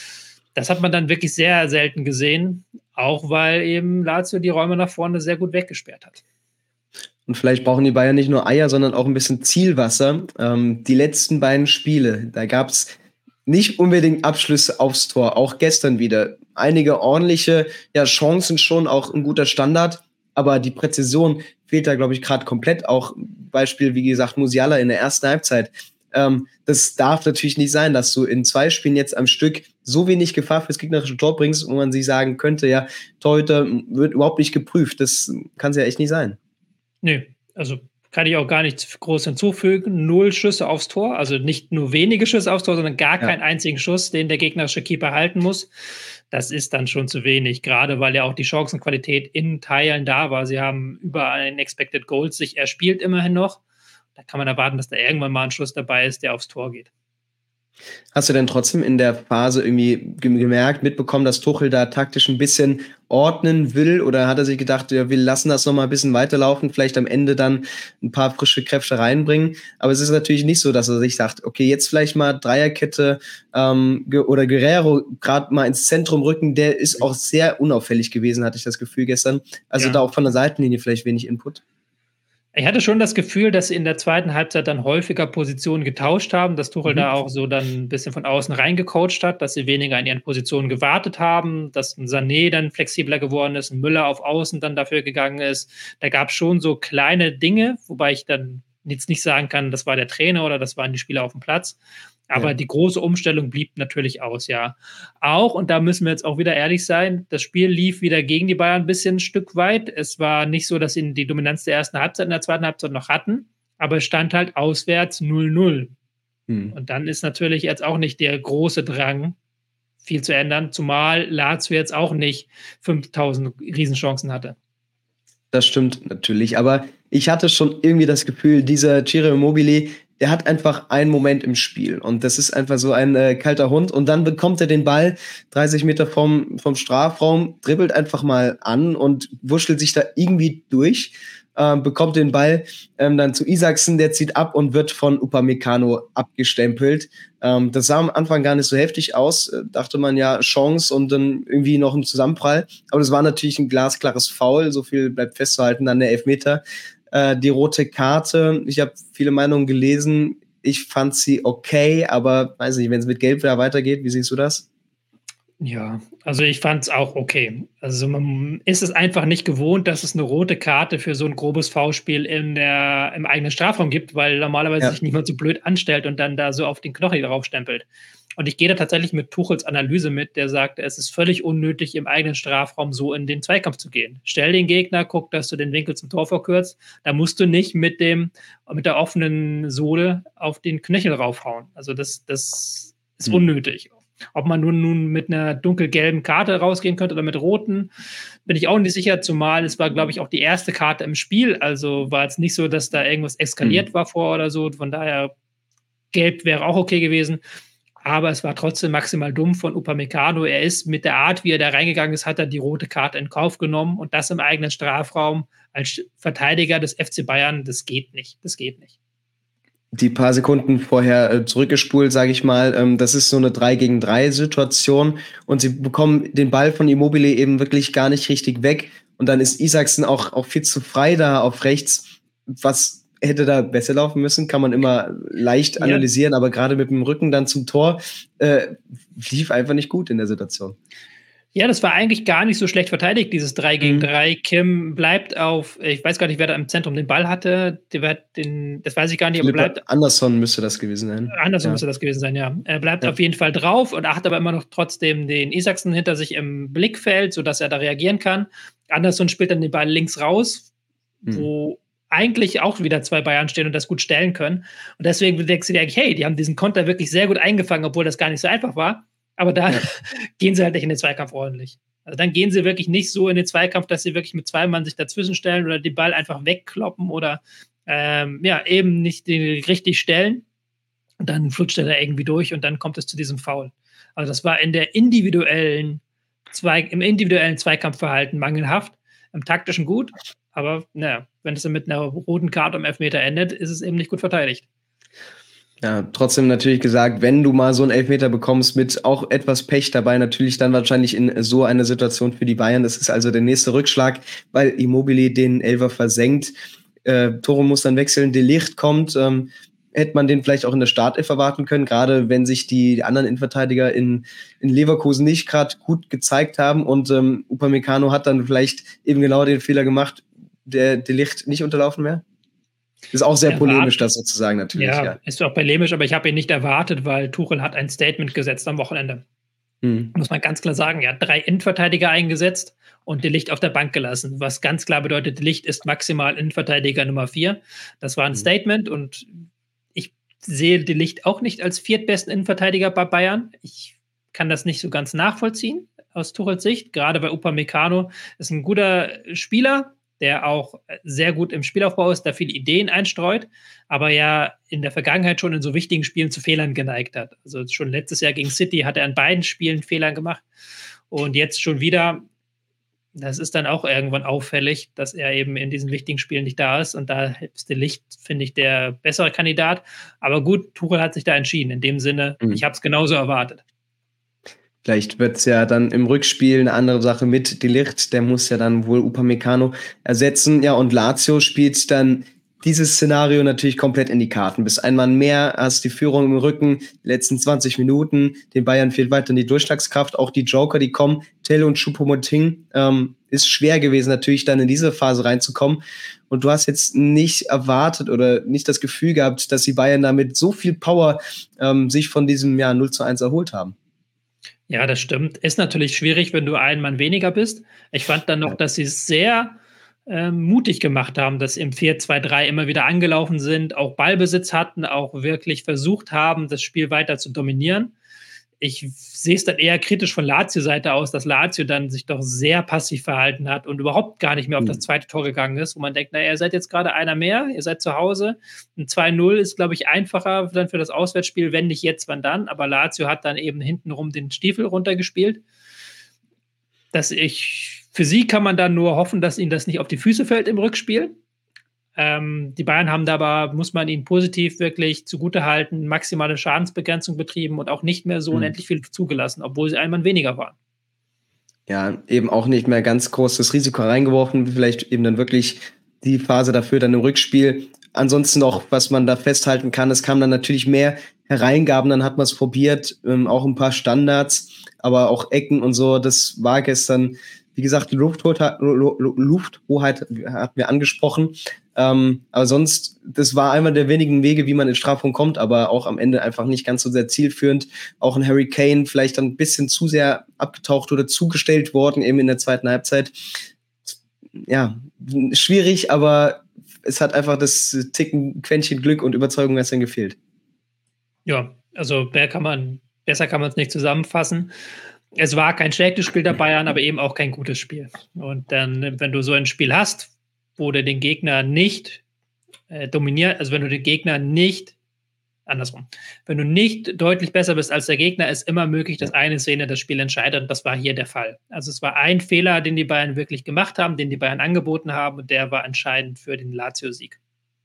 [SPEAKER 2] Das hat man dann wirklich sehr selten gesehen, auch weil eben Lazio die Räume nach vorne sehr gut weggesperrt hat.
[SPEAKER 1] Und vielleicht brauchen die Bayern nicht nur Eier, sondern auch ein bisschen Zielwasser. Ähm, die letzten beiden Spiele, da gab es nicht unbedingt Abschlüsse aufs Tor, auch gestern wieder. Einige ordentliche, ja, Chancen schon, auch ein guter Standard, aber die Präzision fehlt da, glaube ich, gerade komplett. Auch Beispiel, wie gesagt, Musiala in der ersten Halbzeit. Ähm, das darf natürlich nicht sein, dass du in zwei Spielen jetzt am Stück so wenig Gefahr fürs gegnerische Tor bringst, wo man sich sagen könnte, ja, Torhüter wird überhaupt nicht geprüft. Das kann es ja echt nicht sein.
[SPEAKER 2] Nö, also kann ich auch gar nichts groß hinzufügen. Null Schüsse aufs Tor, also nicht nur wenige Schüsse aufs Tor, sondern gar
[SPEAKER 1] Ja.
[SPEAKER 2] keinen einzigen Schuss, den der gegnerische Keeper halten muss. Das ist dann schon zu wenig, gerade weil ja auch die Chancenqualität in Teilen da war. Sie haben über ein Expected Goals sich erspielt immerhin noch. Da kann man erwarten, dass da irgendwann mal ein Schuss dabei ist, der aufs Tor geht.
[SPEAKER 1] Hast du denn trotzdem in der Phase irgendwie gemerkt, mitbekommen, dass Tuchel da taktisch ein bisschen ordnen will? Oder hat er sich gedacht, ja, wir lassen das noch mal ein bisschen weiterlaufen, vielleicht am Ende dann ein paar frische Kräfte reinbringen? Aber es ist natürlich nicht so, dass er sich sagt: „Okay, jetzt vielleicht mal Dreierkette, ähm, Ge oder Guerreiro gerade mal ins Zentrum rücken.“ Der ist auch sehr unauffällig gewesen, hatte ich das Gefühl gestern. Also, da
[SPEAKER 2] Ja.
[SPEAKER 1] auch von der Seitenlinie vielleicht wenig Input?
[SPEAKER 2] Ich hatte schon das Gefühl, dass sie in der zweiten Halbzeit dann häufiger Positionen getauscht haben, dass Tuchel da
[SPEAKER 1] Mhm.
[SPEAKER 2] auch so dann 'n bisschen von außen reingecoacht hat, dass sie weniger in ihren Positionen gewartet haben, dass 'n Sané dann flexibler geworden ist, 'n Müller auf Außen dann dafür gegangen ist. Da gab's schon so kleine Dinge, wobei ich dann jetzt nicht sagen kann, das war der Trainer oder das waren die Spieler aufm Platz. Aber
[SPEAKER 1] Ja.
[SPEAKER 2] die große Umstellung blieb natürlich aus, ja. Auch, und da müssen wir jetzt auch wieder ehrlich sein, das Spiel lief wieder gegen die Bayern 'n bisschen 'n Stück weit. Es war nicht so, dass sie die Dominanz der ersten Halbzeit in der zweiten Halbzeit noch hatten, aber es stand halt auswärts null null.
[SPEAKER 1] Mhm.
[SPEAKER 2] Und dann ist natürlich jetzt auch nicht der große Drang, viel zu ändern, zumal Lazio jetzt auch nicht fünftausend Riesenchancen hatte.
[SPEAKER 1] Das stimmt natürlich, aber ich hatte schon irgendwie das Gefühl, dieser Ciro Immobile, der hat einfach einen Moment im Spiel und das ist einfach so ein, äh, kalter Hund und dann bekommt er den Ball dreißig Meter vom vom Strafraum, dribbelt einfach mal an und wurschtelt sich da irgendwie durch, ähm, bekommt den Ball, ähm, dann zu Isaksen, der zieht ab und wird von Upamecano abgestempelt. Ähm, das sah am Anfang gar nicht so heftig aus, äh, dachte man ja Chance und dann irgendwie noch ein Zusammenprall. Aber das war natürlich ein glasklares Foul, so viel bleibt festzuhalten, dann der Elfmeter. Äh, die rote Karte, ich habe viele Meinungen gelesen, ich fand sie okay, aber weiß nicht, wenn es mit Gelb da weitergeht, wie siehst du das?
[SPEAKER 2] Ja, also ich fand es auch okay. Also man ist es einfach nicht gewohnt, dass es eine rote Karte für so ein grobes Foulspiel in der im eigenen Strafraum gibt, weil normalerweise
[SPEAKER 1] Ja.
[SPEAKER 2] sich niemand so blöd anstellt und dann da so auf den Knochen draufstempelt. Und ich gehe da tatsächlich mit Tuchels Analyse mit, der sagt, es ist völlig unnötig, im eigenen Strafraum so in den Zweikampf zu gehen. Stell den Gegner, guck, dass du den Winkel zum Tor verkürzt. Da musst du nicht mit dem mit der offenen Sohle auf den Knöchel raufhauen. Also das das ist
[SPEAKER 1] Hm.
[SPEAKER 2] unnötig. Ob man nun, nun mit einer dunkelgelben Karte rausgehen könnte oder mit roten, bin ich auch nicht sicher, zumal es war, glaube ich, auch die erste Karte im Spiel. Also war es nicht so, dass da irgendwas eskaliert
[SPEAKER 1] Hm.
[SPEAKER 2] war vor oder so. Von daher, gelb wäre auch okay gewesen. Aber es war trotzdem maximal dumm von Upamecano. Er ist mit der Art, wie er da reingegangen ist, hat er die rote Karte in Kauf genommen und das im eigenen Strafraum als Verteidiger des F C Bayern, das geht nicht. Das geht nicht.
[SPEAKER 1] Die paar Sekunden vorher äh, zurückgespult, sage ich mal, ähm, das ist so eine drei gegen drei Situation und sie bekommen den Ball von Immobile eben wirklich gar nicht richtig weg und dann ist Isaksen auch, auch viel zu frei da auf rechts. Was hätte da besser laufen müssen, kann man immer leicht
[SPEAKER 2] Ja.
[SPEAKER 1] analysieren, aber gerade mit dem Rücken dann zum Tor äh, lief einfach nicht gut in der Situation.
[SPEAKER 2] Ja, das war eigentlich gar nicht so schlecht verteidigt, dieses drei gegen drei. Mhm. Kim bleibt auf, ich weiß gar nicht, wer da im Zentrum den Ball hatte. Der wird den, das weiß ich gar nicht,
[SPEAKER 1] Philipp
[SPEAKER 2] aber bleibt.
[SPEAKER 1] Anderson müsste das gewesen sein.
[SPEAKER 2] Anderson
[SPEAKER 1] Ja.
[SPEAKER 2] müsste das gewesen sein, ja. Er bleibt
[SPEAKER 1] Ja.
[SPEAKER 2] auf jeden Fall drauf und hat aber immer noch trotzdem den Isaksen hinter sich im Blickfeld, sodass er da reagieren kann. Anderson spielt dann den Ball links raus,
[SPEAKER 1] Hm.
[SPEAKER 2] wo eigentlich auch wieder zwei Bayern stehen und das gut stellen können. Und deswegen denkst du dir eigentlich, hey, die haben diesen Konter wirklich sehr gut eingefangen, obwohl das gar nicht so einfach war. Aber da ja. gehen sie halt nicht in den Zweikampf ordentlich. Also dann gehen sie wirklich nicht so in den Zweikampf, dass sie wirklich mit zwei Mann sich dazwischen stellen oder den Ball einfach wegkloppen oder ähm, ja, eben nicht den richtig stellen. Und dann flutscht er da irgendwie durch und dann kommt es zu diesem Foul. Also das war in der individuellen Zwei, im individuellen Zweikampfverhalten mangelhaft, im taktischen gut, aber naja, wenn es dann mit einer roten Karte am Elfmeter endet, ist es eben nicht gut verteidigt.
[SPEAKER 1] Ja, trotzdem natürlich gesagt, wenn du mal so einen Elfmeter bekommst mit auch etwas Pech dabei, natürlich dann wahrscheinlich in so einer Situation für die Bayern. Das ist also der nächste Rückschlag, weil Immobile den Elfer versenkt. Äh, Toro muss dann wechseln, De Ligt kommt. Ähm, hätte man den vielleicht auch in der Startelf erwarten können, gerade wenn sich die anderen Innenverteidiger in, in Leverkusen nicht gerade gut gezeigt haben. Und ähm, Upamecano hat dann vielleicht eben genau den Fehler gemacht, der De Ligt nicht unterlaufen wäre. Ist auch sehr
[SPEAKER 2] Erwartet.
[SPEAKER 1] polemisch, das sozusagen natürlich.
[SPEAKER 2] Ja,
[SPEAKER 1] ja.
[SPEAKER 2] ist auch polemisch, aber ich habe ihn nicht erwartet, weil Tuchel hat ein Statement gesetzt am Wochenende. Hm. Muss man ganz klar sagen, er hat drei Innenverteidiger eingesetzt und De Ligt auf der Bank gelassen, was ganz klar bedeutet, De Ligt ist maximal Innenverteidiger Nummer vier. Das war ein hm. Statement und ich sehe De Ligt auch nicht als viertbesten Innenverteidiger bei Bayern. Ich kann das nicht so ganz nachvollziehen aus Tuchels Sicht, gerade bei Upamecano ist ein guter Spieler, der auch sehr gut im Spielaufbau ist, da viele Ideen einstreut, aber ja in der Vergangenheit schon in so wichtigen Spielen zu Fehlern geneigt hat. Also schon letztes Jahr gegen City hat er an beiden Spielen Fehlern gemacht und jetzt schon wieder, das ist dann auch irgendwann auffällig, dass er eben in diesen wichtigen Spielen nicht da ist und da ist De Ligt, finde ich, der bessere Kandidat. Aber gut, Tuchel hat sich da entschieden. In dem Sinne, mhm. ich habe es genauso erwartet.
[SPEAKER 1] Vielleicht wird es ja dann im Rückspiel eine andere Sache mit De Ligt. Der muss ja dann wohl Upamecano ersetzen. Ja, und Lazio spielt dann dieses Szenario natürlich komplett in die Karten. Bis ein Mann mehr, hast die Führung im Rücken, die letzten zwanzig Minuten. Den Bayern fehlt weiterhin die Durchschlagskraft. Auch die Joker, die kommen, Tell und Choupo-Moting, ähm, ist schwer gewesen, natürlich dann in diese Phase reinzukommen. Und du hast jetzt nicht erwartet oder nicht das Gefühl gehabt, dass die Bayern da mit so viel Power ähm, sich von diesem ja, null zu eins erholt haben.
[SPEAKER 2] Ja, das stimmt. Ist natürlich schwierig, wenn du einen Mann weniger bist. Ich fand dann noch, dass sie es sehr äh, mutig gemacht haben, dass sie im vier zwei drei immer wieder angelaufen sind, auch Ballbesitz hatten, auch wirklich versucht haben, das Spiel weiter zu dominieren. Ich sehe es dann eher kritisch von Lazio-Seite aus, dass Lazio dann sich doch sehr passiv verhalten hat und überhaupt gar nicht mehr auf das zweite Tor gegangen ist, wo man denkt, naja, ihr seid jetzt gerade einer mehr, ihr seid zu Hause. Ein zwei null ist, glaube ich, einfacher dann für das Auswärtsspiel, wenn nicht jetzt, wann dann. Aber Lazio hat dann eben hintenrum den Stiefel runtergespielt. Dass ich, für sie kann man dann nur hoffen, dass ihnen das nicht auf die Füße fällt im Rückspiel. Ähm, die Bayern haben da aber, muss man ihnen positiv wirklich zugutehalten, maximale Schadensbegrenzung betrieben und auch nicht mehr so unendlich viel zugelassen, obwohl sie einmal weniger waren.
[SPEAKER 1] Ja, eben auch nicht mehr ganz großes Risiko reingeworfen, vielleicht eben dann wirklich die Phase dafür dann im Rückspiel. Ansonsten noch, was man da festhalten kann, es kam dann natürlich mehr hereingaben, dann hat man es probiert, ähm, auch ein paar Standards, aber auch Ecken und so, das war gestern, wie gesagt, Lufthoheit, Lufthoheit hat mir angesprochen, ähm, aber sonst, das war einer der wenigen Wege, wie man in Strafraum kommt, aber auch am Ende einfach nicht ganz so sehr zielführend. Auch ein Harry Kane vielleicht dann ein bisschen zu sehr abgetaucht oder zugestellt worden, eben in der zweiten Halbzeit. Ja, schwierig, aber es hat einfach das Ticken, Quäntchen Glück und Überzeugung gestern gefehlt.
[SPEAKER 2] Ja, also mehr kann man, besser kann man es nicht zusammenfassen. Es war kein schlechtes Spiel der Bayern, aber eben auch kein gutes Spiel. Und dann, wenn du so ein Spiel hast, wo du den Gegner nicht äh, dominiert, also wenn du den Gegner nicht, andersrum, wenn du nicht deutlich besser bist als der Gegner, ist immer möglich, dass eine Szene das Spiel entscheidet, und das war hier der Fall. Also es war ein Fehler, den die Bayern wirklich gemacht haben, den die Bayern angeboten haben, und der war entscheidend für den Lazio-Sieg.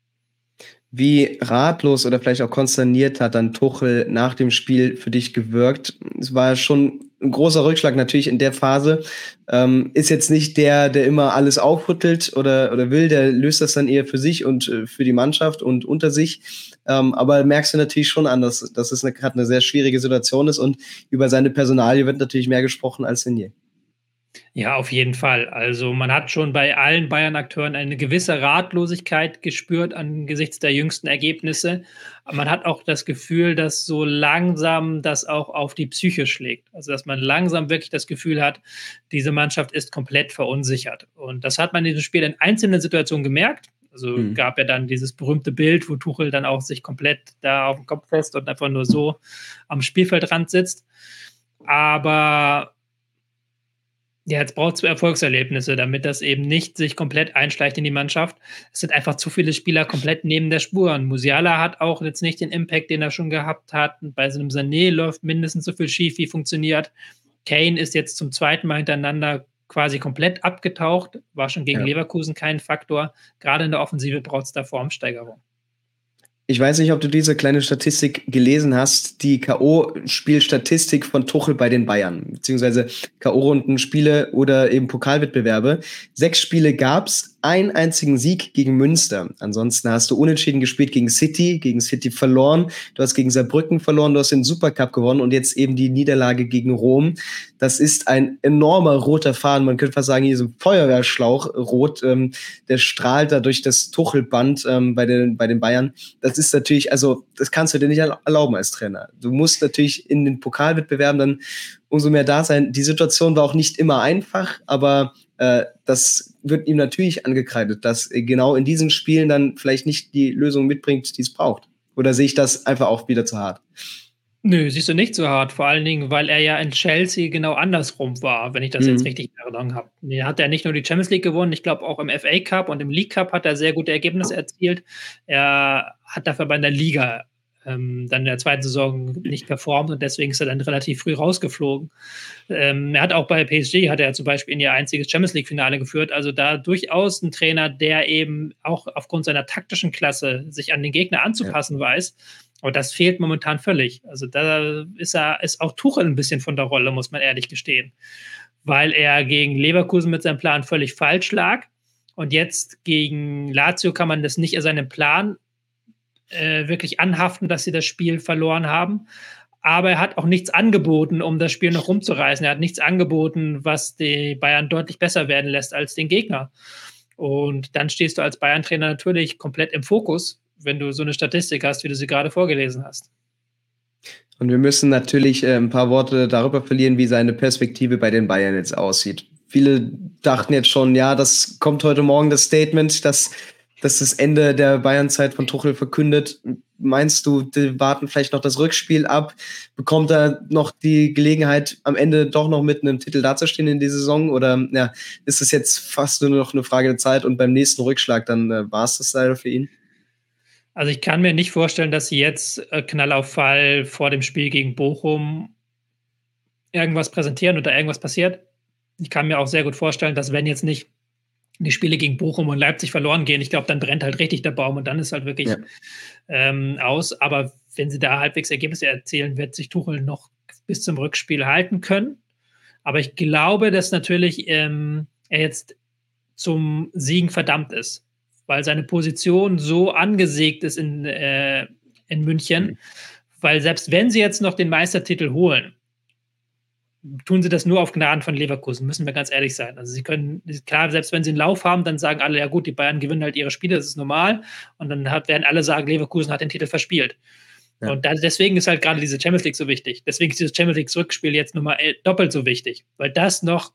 [SPEAKER 1] Wie ratlos oder vielleicht auch konsterniert hat dann Tuchel nach dem Spiel für dich gewirkt? Es war schon ein großer Rückschlag natürlich in der Phase. Ähm, ist jetzt nicht der, der immer alles aufrüttelt oder, oder will, der löst das dann eher für sich und äh, für die Mannschaft und unter sich. Ähm, aber merkst du natürlich schon an, dass, dass es eine, gerade eine sehr schwierige Situation ist, und über seine Personalie wird natürlich mehr gesprochen als denn je.
[SPEAKER 2] Ja, auf jeden Fall. Also man hat schon bei allen Bayern-Akteuren eine gewisse Ratlosigkeit gespürt angesichts der jüngsten Ergebnisse. Aber man hat auch das Gefühl, dass so langsam das auch auf die Psyche schlägt. Also dass man langsam wirklich das Gefühl hat, diese Mannschaft ist komplett verunsichert. Und das hat man in diesem Spiel in einzelnen Situationen gemerkt. Also
[SPEAKER 1] Mhm.
[SPEAKER 2] gab ja dann dieses berühmte Bild, wo Tuchel dann auch sich komplett da auf dem Kopf fest und einfach nur so am Spielfeldrand sitzt. Aber ja, jetzt braucht es Erfolgserlebnisse, damit das eben nicht sich komplett einschleicht in die Mannschaft. Es sind einfach zu viele Spieler komplett neben der Spur. Und Musiala hat auch jetzt nicht den Impact, den er schon gehabt hat. Bei so einem Sané läuft mindestens so viel schief, wie funktioniert. Kane ist jetzt zum zweiten Mal hintereinander quasi komplett abgetaucht, war schon gegen
[SPEAKER 1] Ja.
[SPEAKER 2] Leverkusen kein Faktor. Gerade in der Offensive braucht es da Formsteigerung.
[SPEAKER 1] Ich weiß nicht, ob du diese kleine Statistik gelesen hast, die K O-Spielstatistik von Tuchel bei den Bayern, beziehungsweise K O-Rundenspiele oder eben Pokalwettbewerbe. Sechs Spiele gab's, einen einzigen Sieg gegen Münster. Ansonsten hast du unentschieden gespielt gegen City, gegen City verloren, du hast gegen Saarbrücken verloren, du hast den Supercup gewonnen und jetzt eben die Niederlage gegen Rom. Das ist ein enormer roter Faden, man könnte fast sagen, hier so ein Feuerwehrschlauch rot, ähm, der strahlt da durch das Tuchelband ähm, bei, den, bei den Bayern. Das ist natürlich, also das kannst du dir nicht erlauben als Trainer. Du musst natürlich in den Pokalwettbewerben dann umso mehr da sein. Die Situation war auch nicht immer einfach, aber äh, das wird ihm natürlich angekreidet, dass er genau in diesen Spielen dann vielleicht nicht die Lösung mitbringt, die es braucht. Oder sehe ich das einfach auch wieder zu hart?
[SPEAKER 2] Nö, siehst du nicht so hart, vor allen Dingen, weil er ja in Chelsea genau andersrum war, wenn ich das jetzt
[SPEAKER 1] Mhm.
[SPEAKER 2] richtig in Erinnerung habe. Er hat ja nicht nur die Champions League gewonnen, ich glaube auch im F A Cup und im League Cup hat er sehr gute Ergebnisse erzielt. Er hat dafür bei der Liga ähm, dann in der zweiten Saison nicht performt und deswegen ist er dann relativ früh rausgeflogen. Ähm, er hat auch bei P S G, hat er zum Beispiel in ihr einziges Champions League-Finale geführt, also da durchaus ein Trainer, der eben auch aufgrund seiner taktischen Klasse sich an den Gegner anzupassen ja. weiß. Aber das fehlt momentan völlig. Also da ist er, ist auch Tuchel ein bisschen von der Rolle, muss man ehrlich gestehen. Weil er gegen Leverkusen mit seinem Plan völlig falsch lag. Und jetzt gegen Lazio kann man das nicht an seinem Plan äh, wirklich anhaften, dass sie das Spiel verloren haben. Aber er hat auch nichts angeboten, um das Spiel noch rumzureißen. Er hat nichts angeboten, was die Bayern deutlich besser werden lässt als den Gegner. Und dann stehst du als Bayern-Trainer natürlich komplett im Fokus, wenn du so eine Statistik hast, wie du sie gerade vorgelesen hast.
[SPEAKER 1] Und wir müssen natürlich äh, ein paar Worte darüber verlieren, wie seine Perspektive bei den Bayern jetzt aussieht. Viele dachten jetzt schon, ja, das kommt heute Morgen das Statement, dass, dass das Ende der Bayern-Zeit von Tuchel verkündet. Meinst du, die warten vielleicht noch das Rückspiel ab? Bekommt er noch die Gelegenheit, am Ende doch noch mit einem Titel dazustehen in dieser Saison? Oder ja, ist es jetzt fast nur noch eine Frage der Zeit und beim nächsten Rückschlag dann äh, war es das leider für ihn?
[SPEAKER 2] Also ich kann mir nicht vorstellen, dass sie jetzt äh, Knall auf Fall vor dem Spiel gegen Bochum irgendwas präsentieren oder irgendwas passiert. Ich kann mir auch sehr gut vorstellen, dass wenn jetzt nicht die Spiele gegen Bochum und Leipzig verloren gehen, ich glaube, dann brennt halt richtig der Baum und dann ist halt wirklich ja. ähm, aus. Aber wenn sie da halbwegs Ergebnisse erzielen, wird sich Tuchel noch bis zum Rückspiel halten können. Aber ich glaube, dass natürlich ähm, er jetzt zum Siegen verdammt ist, weil seine Position so angesägt ist in, äh, in München, mhm. weil selbst wenn sie jetzt noch den Meistertitel holen, tun sie das nur auf Gnaden von Leverkusen, müssen wir ganz ehrlich sein. Also sie können, klar, selbst wenn sie einen Lauf haben, dann sagen alle, ja gut, die Bayern gewinnen halt ihre Spiele, das ist normal. Und dann hat, werden alle sagen, Leverkusen hat den Titel verspielt. Ja. Und da, deswegen ist halt gerade diese Champions League so wichtig. Deswegen ist dieses Champions League-Rückspiel jetzt nochmal doppelt so wichtig, weil das noch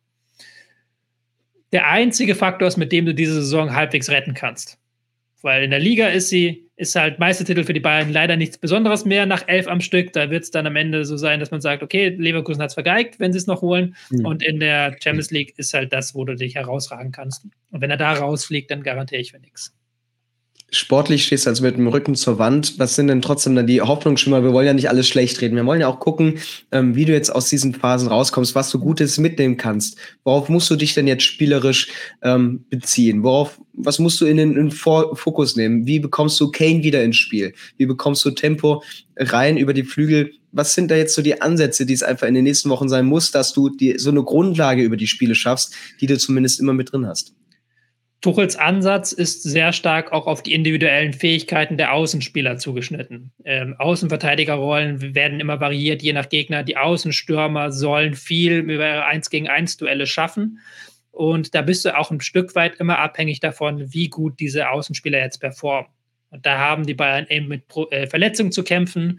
[SPEAKER 2] der einzige Faktor ist, mit dem du diese Saison halbwegs retten kannst. Weil in der Liga ist sie, ist halt Meistertitel für die Bayern leider nichts Besonderes mehr nach elf am Stück. Da wird es dann am Ende so sein, dass man sagt, okay, Leverkusen hat es vergeigt, wenn sie es noch holen. Mhm. Und in der Champions League ist halt das, wo du dich herausragen kannst. Und wenn er da rausfliegt, dann garantiere ich für nichts.
[SPEAKER 1] Sportlich stehst du also mit dem Rücken zur Wand. Was sind denn trotzdem dann die Hoffnungsschimmer? Wir wollen ja nicht alles schlecht reden. Wir wollen ja auch gucken, ähm, wie du jetzt aus diesen Phasen rauskommst, was du Gutes mitnehmen kannst. Worauf musst du dich denn jetzt spielerisch ähm, beziehen? Worauf, was musst du in den, in den Fokus nehmen? Wie bekommst du Kane wieder ins Spiel? Wie bekommst du Tempo rein über die Flügel? Was sind da jetzt so die Ansätze, die es einfach in den nächsten Wochen sein muss, dass du die, so eine Grundlage über die Spiele schaffst, die du zumindest immer mit drin hast?
[SPEAKER 2] Tuchels Ansatz ist sehr stark auch auf die individuellen Fähigkeiten der Außenspieler zugeschnitten. Ähm, Außenverteidigerrollen werden immer variiert, je nach Gegner. Die Außenstürmer sollen viel über eins gegen eins Duelle schaffen. Und da bist du auch ein Stück weit immer abhängig davon, wie gut diese Außenspieler jetzt performen. Und da haben die Bayern eben mit Pro- äh, Verletzungen zu kämpfen.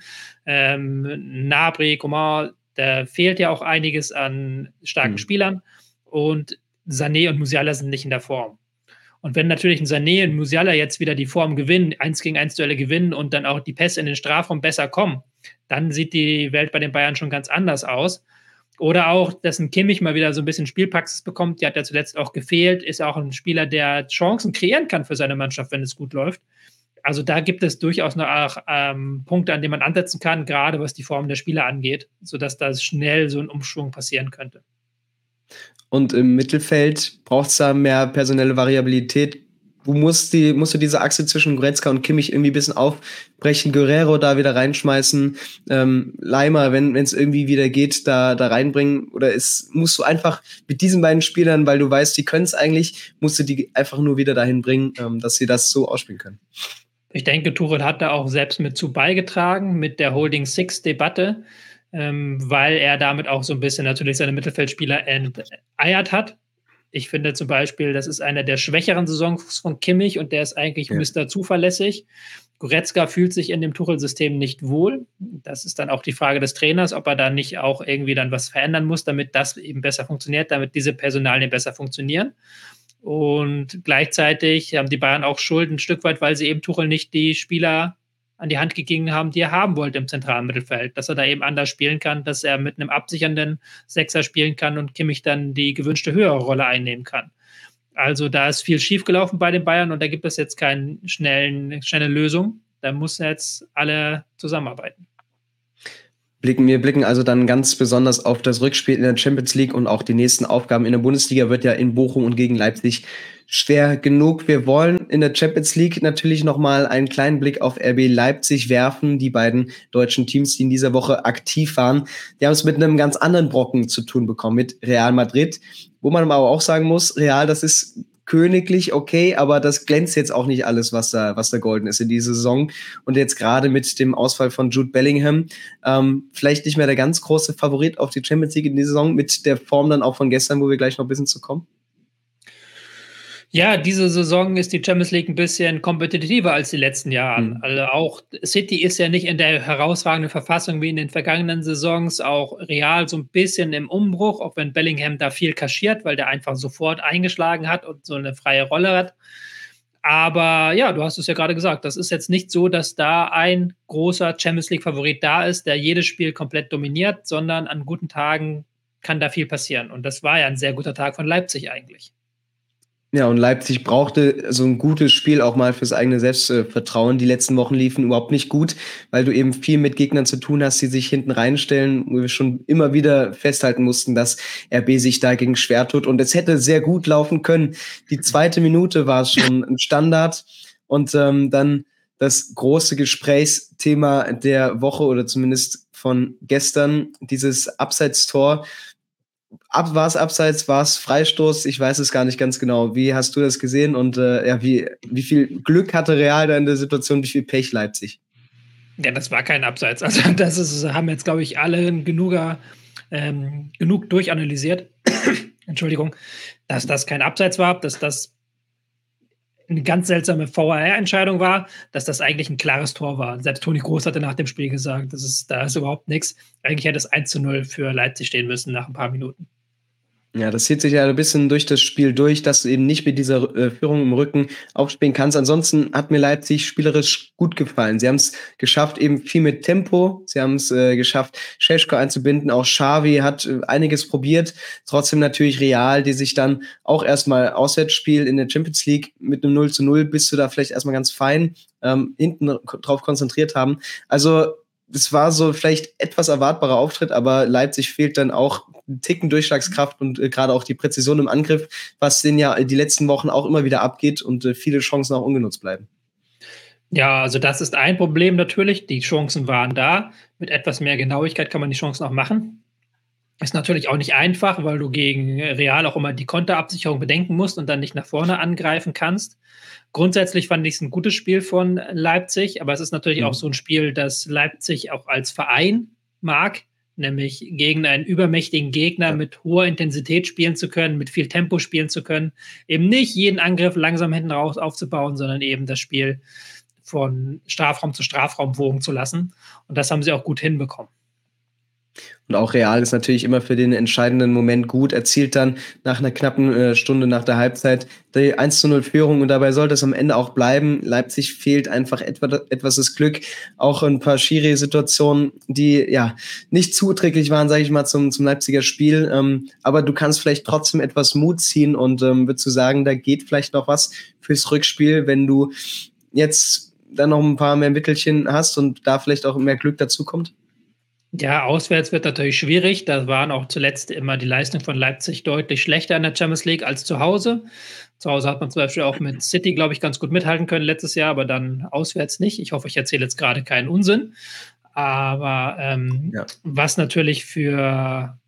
[SPEAKER 2] Ähm, Gnabry, Coman, da fehlt ja auch einiges an starken mhm. Spielern. Und Sané und Musiala sind nicht in der Form. Und wenn natürlich ein Sané und Musiala jetzt wieder die Form gewinnen, eins gegen eins Duelle gewinnen und dann auch die Pässe in den Strafraum besser kommen, dann sieht die Welt bei den Bayern schon ganz anders aus. Oder auch, dass ein Kimmich mal wieder so ein bisschen Spielpraxis bekommt, die hat ja zuletzt auch gefehlt, ist auch ein Spieler, der Chancen kreieren kann für seine Mannschaft, wenn es gut läuft. Also da gibt es durchaus noch auch, ähm, Punkte, an denen man ansetzen kann, gerade was die Form der Spieler angeht, sodass da schnell so ein Umschwung passieren könnte.
[SPEAKER 1] Und im Mittelfeld braucht es da mehr personelle Variabilität. Du musst, die, musst du diese Achse zwischen Goretzka und Kimmich irgendwie ein bisschen aufbrechen, Guerrero da wieder reinschmeißen, ähm, Leimer, wenn es irgendwie wieder geht, da, da reinbringen. Oder es musst du einfach mit diesen beiden Spielern, weil du weißt, die können es eigentlich, musst du die einfach nur wieder dahin bringen, ähm, dass sie das so ausspielen können.
[SPEAKER 2] Ich denke, Tuchel hat da auch selbst mit zu beigetragen, mit der Holding-Six-Debatte. Ähm, weil er damit auch so ein bisschen natürlich seine Mittelfeldspieler enteiert hat. Ich finde zum Beispiel, das ist einer der schwächeren Saisons von Kimmich und der ist eigentlich ja. Mister Zuverlässig. Goretzka fühlt sich in dem Tuchel-System nicht wohl. Das ist dann auch die Frage des Trainers, ob er da nicht auch irgendwie dann was verändern muss, damit das eben besser funktioniert, damit diese Personalien besser funktionieren. Und gleichzeitig haben die Bayern auch Schuld ein Stück weit, weil sie eben Tuchel nicht die Spieler an die Hand gegeben haben, die er haben wollte im zentralen Mittelfeld, dass er da eben anders spielen kann, dass er mit einem absichernden Sechser spielen kann und Kimmich dann die gewünschte höhere Rolle einnehmen kann. Also da ist viel schiefgelaufen bei den Bayern und da gibt es jetzt keine schnellen, schnelle Lösung. Da müssen jetzt alle zusammenarbeiten.
[SPEAKER 1] Blicken, wir blicken also dann ganz besonders auf das Rückspiel in der Champions League und auch die nächsten Aufgaben in der Bundesliga wird ja in Bochum und gegen Leipzig schwer genug. Wir wollen in der Champions League natürlich nochmal einen kleinen Blick auf R B Leipzig werfen. Die beiden deutschen Teams, die in dieser Woche aktiv waren, die haben es mit einem ganz anderen Brocken zu tun bekommen, mit Real Madrid, wo man aber auch sagen muss, Real, das ist königlich, okay, aber das glänzt jetzt auch nicht alles, was da, was da golden ist in dieser Saison. Und jetzt gerade mit dem Ausfall von Jude Bellingham, ähm, vielleicht nicht mehr der ganz große Favorit auf die Champions League in dieser Saison, mit der Form dann auch von gestern, wo wir gleich noch ein bisschen zu kommen.
[SPEAKER 2] Ja, diese Saison ist die Champions League ein bisschen kompetitiver als die letzten Jahre. Mhm. Also auch City ist ja nicht in der herausragenden Verfassung wie in den vergangenen Saisons, auch Real so ein bisschen im Umbruch, auch wenn Bellingham da viel kaschiert, weil der einfach sofort eingeschlagen hat und so eine freie Rolle hat. Aber ja, du hast es ja gerade gesagt, das ist jetzt nicht so, dass da ein großer Champions League-Favorit da ist, der jedes Spiel komplett dominiert, sondern an guten Tagen kann da viel passieren. Und das war ja ein sehr guter Tag von Leipzig eigentlich.
[SPEAKER 1] Ja, und Leipzig brauchte so ein gutes Spiel auch mal fürs eigene Selbstvertrauen. Die letzten Wochen liefen überhaupt nicht gut, weil du eben viel mit Gegnern zu tun hast, die sich hinten reinstellen, wo wir schon immer wieder festhalten mussten, dass R B sich dagegen schwer tut. Und es hätte sehr gut laufen können. Die zweite Minute war es schon ein Standard. Und ähm, dann das große Gesprächsthema der Woche oder zumindest von gestern, dieses Abseitstor. Ab, war es Abseits, war es Freistoß? Ich weiß es gar nicht ganz genau. Wie hast du das gesehen? Und äh, ja, wie, wie viel Glück hatte Real da in der Situation, wie viel Pech Leipzig?
[SPEAKER 2] Ja, das war kein Abseits. Also, das ist haben jetzt, glaube ich, alle genuger ähm, genug durchanalysiert, Entschuldigung, dass das kein Abseits war, dass das 'ne ganz seltsame V A R-Entscheidung war, dass das eigentlich 'n klares Tor war. Selbst Toni Kroos hatte nach dem Spiel gesagt, das ist da ist überhaupt nix. Eigentlich hätte es eins zu null für Leipzig stehen müssen nach 'n paar Minuten.
[SPEAKER 1] Ja, das zieht sich ja 'n bisschen durch das Spiel durch, dass du eben nicht mit dieser äh, Führung im Rücken aufspielen kannst. Ansonsten hat mir Leipzig spielerisch gut gefallen. Sie haben's geschafft, eben viel mit Tempo. Sie haben's, äh, geschafft, Šeško einzubinden. Auch Xavi hat, äh, einiges probiert. Trotzdem natürlich Real, die sich dann auch erst mal Auswärtsspiel in der Champions League mit 'nem null zu null bist du da vielleicht erst mal ganz fein, ähm, hinten ko drauf konzentriert haben. Also, das war so vielleicht etwas erwartbarer Auftritt, aber Leipzig fehlt dann auch 'n Ticken Durchschlagskraft und, äh, grade auch die Präzision im Angriff, was denen ja die letzten Wochen auch immer wieder abgeht und, äh, viele Chancen auch ungenutzt bleiben.
[SPEAKER 2] Ja, also das ist ein Problem natürlich. Die Chancen waren da. Mit etwas mehr Genauigkeit kann man die Chancen auch machen. Ist natürlich auch nicht einfach, weil du gegen Real auch immer die Konterabsicherung bedenken musst und dann nicht nach vorne angreifen kannst. Grundsätzlich fand ich's 'n gutes Spiel von Leipzig, aber es ist natürlich auch
[SPEAKER 1] Mhm.
[SPEAKER 2] so 'n Spiel, das Leipzig auch als Verein mag, nämlich gegen einen übermächtigen Gegner
[SPEAKER 1] Ja.
[SPEAKER 2] mit hoher Intensität spielen zu können, mit viel Tempo spielen zu können. Eben nicht jeden Angriff langsam hinten raus aufzubauen, sondern eben das Spiel von Strafraum zu Strafraum wogen zu lassen. Und das haben sie auch gut hinbekommen.
[SPEAKER 1] Und auch Real ist natürlich immer für den entscheidenden Moment gut, erzielt dann nach 'ner knappen, äh, Stunde nach der Halbzeit die eins zu null Führung und dabei sollte es am Ende auch bleiben. Leipzig fehlt einfach etwa etwas das Glück, auch 'n paar Schiri-Situationen, die, ja, nicht zuträglich waren, sage ich mal, zum zum Leipziger Spiel. Ähm, aber du kannst vielleicht trotzdem etwas Mut ziehen und, ähm, würdest du sagen, da geht vielleicht noch was fürs Rückspiel, wenn du jetzt dann noch 'n paar mehr Mittelchen hast und da vielleicht auch mehr Glück dazukommt?
[SPEAKER 2] Ja, auswärts wird natürlich schwierig. Da waren auch zuletzt immer die Leistungen von Leipzig deutlich schlechter in der Champions League als zu Hause. Zu Hause hat man zum Beispiel auch mit City, glaube ich, ganz gut mithalten können letztes Jahr, aber dann auswärts nicht. Ich hoffe, ich erzähle jetzt grade keinen Unsinn. Aber, ähm,
[SPEAKER 1] Ja.
[SPEAKER 2] was natürlich für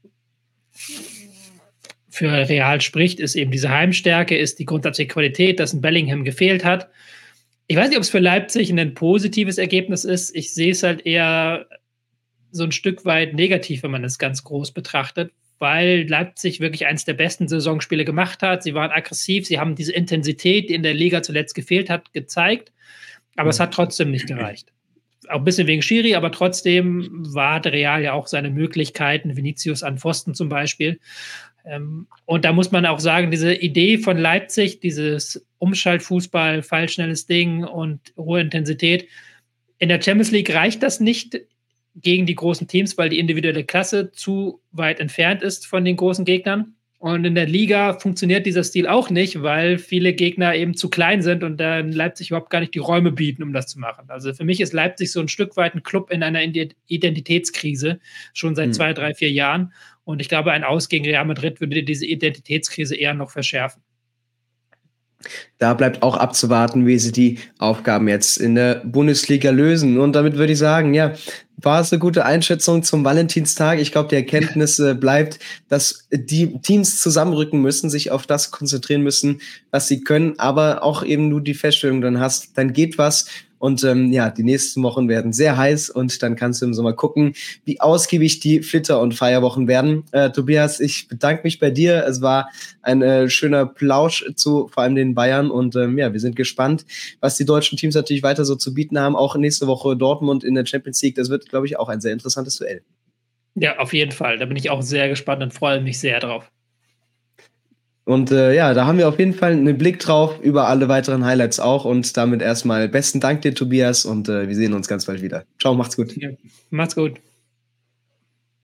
[SPEAKER 2] für Real spricht, ist eben diese Heimstärke, ist die grundsätzliche Qualität, dass 'n Bellingham gefehlt hat. Ich weiß nicht, ob's für Leipzig 'nen positives Ergebnis ist. Ich sehe es halt eher so 'n Stück weit negativ, wenn man es ganz groß betrachtet, weil Leipzig wirklich eins der besten Saisonspiele gemacht hat. Sie waren aggressiv, sie haben diese Intensität, die in der Liga zuletzt gefehlt hat, gezeigt, aber es
[SPEAKER 1] Mhm.
[SPEAKER 2] hat trotzdem nicht gereicht. Auch 'n bisschen wegen Schiri, aber trotzdem war hatte Real ja auch seine Möglichkeiten, Vinicius an Pfosten zum Beispiel. Ähm, und da muss man auch sagen, diese Idee von Leipzig, dieses Umschaltfußball, Pfeilschnelles Ding und hohe Intensität. In der Champions League reicht das nicht gegen die großen Teams, weil die individuelle Klasse zu weit entfernt ist von den großen Gegnern. Und in der Liga funktioniert dieser Stil auch nicht, weil viele Gegner eben zu klein sind und dann Leipzig überhaupt gar nicht die Räume bieten, um das zu machen. Also, für mich ist Leipzig so 'n Stück weit 'n Klub in einer Ide Identitätskrise schon seit
[SPEAKER 1] Mhm.
[SPEAKER 2] zwei, drei, vier Jahren. Und ich glaube, ein Aus gegen Real Madrid würde diese Identitätskrise eher noch verschärfen.
[SPEAKER 1] Da bleibt auch abzuwarten, wie sie die Aufgaben jetzt in der Bundesliga lösen. Und damit würde ich sagen, ja, war es 'ne gute Einschätzung zum Valentinstag. Ich glaube, die Erkenntnis, äh, bleibt, dass die Teams zusammenrücken müssen, sich auf das konzentrieren müssen, was sie können, aber auch eben du die Feststellung dann hast, dann geht was. Und, ähm, ja, die nächsten Wochen werden sehr heiß und dann kannst du im Sommer gucken, wie ausgiebig die Flitter und Feierwochen werden. Äh, Tobias, ich bedanke mich bei dir. Es war ein, äh, schöner Plausch zu vor allem den Bayern und, ähm, ja, wir sind gespannt, was die deutschen Teams natürlich weiter so zu bieten haben. Auch nächste Woche Dortmund in der Champions League. Das wird, glaube ich, auch ein sehr interessantes Duell.
[SPEAKER 2] Ja, auf jeden Fall. Da bin ich auch sehr gespannt und freue mich sehr drauf.
[SPEAKER 1] Und, äh, ja, da haben wir auf jeden Fall 'nen Blick drauf, über alle weiteren Highlights auch und damit erst mal besten Dank dir, Tobias, und, äh, wir sehen uns ganz bald wieder. Tschau, macht's gut.
[SPEAKER 2] Ja, mach's gut.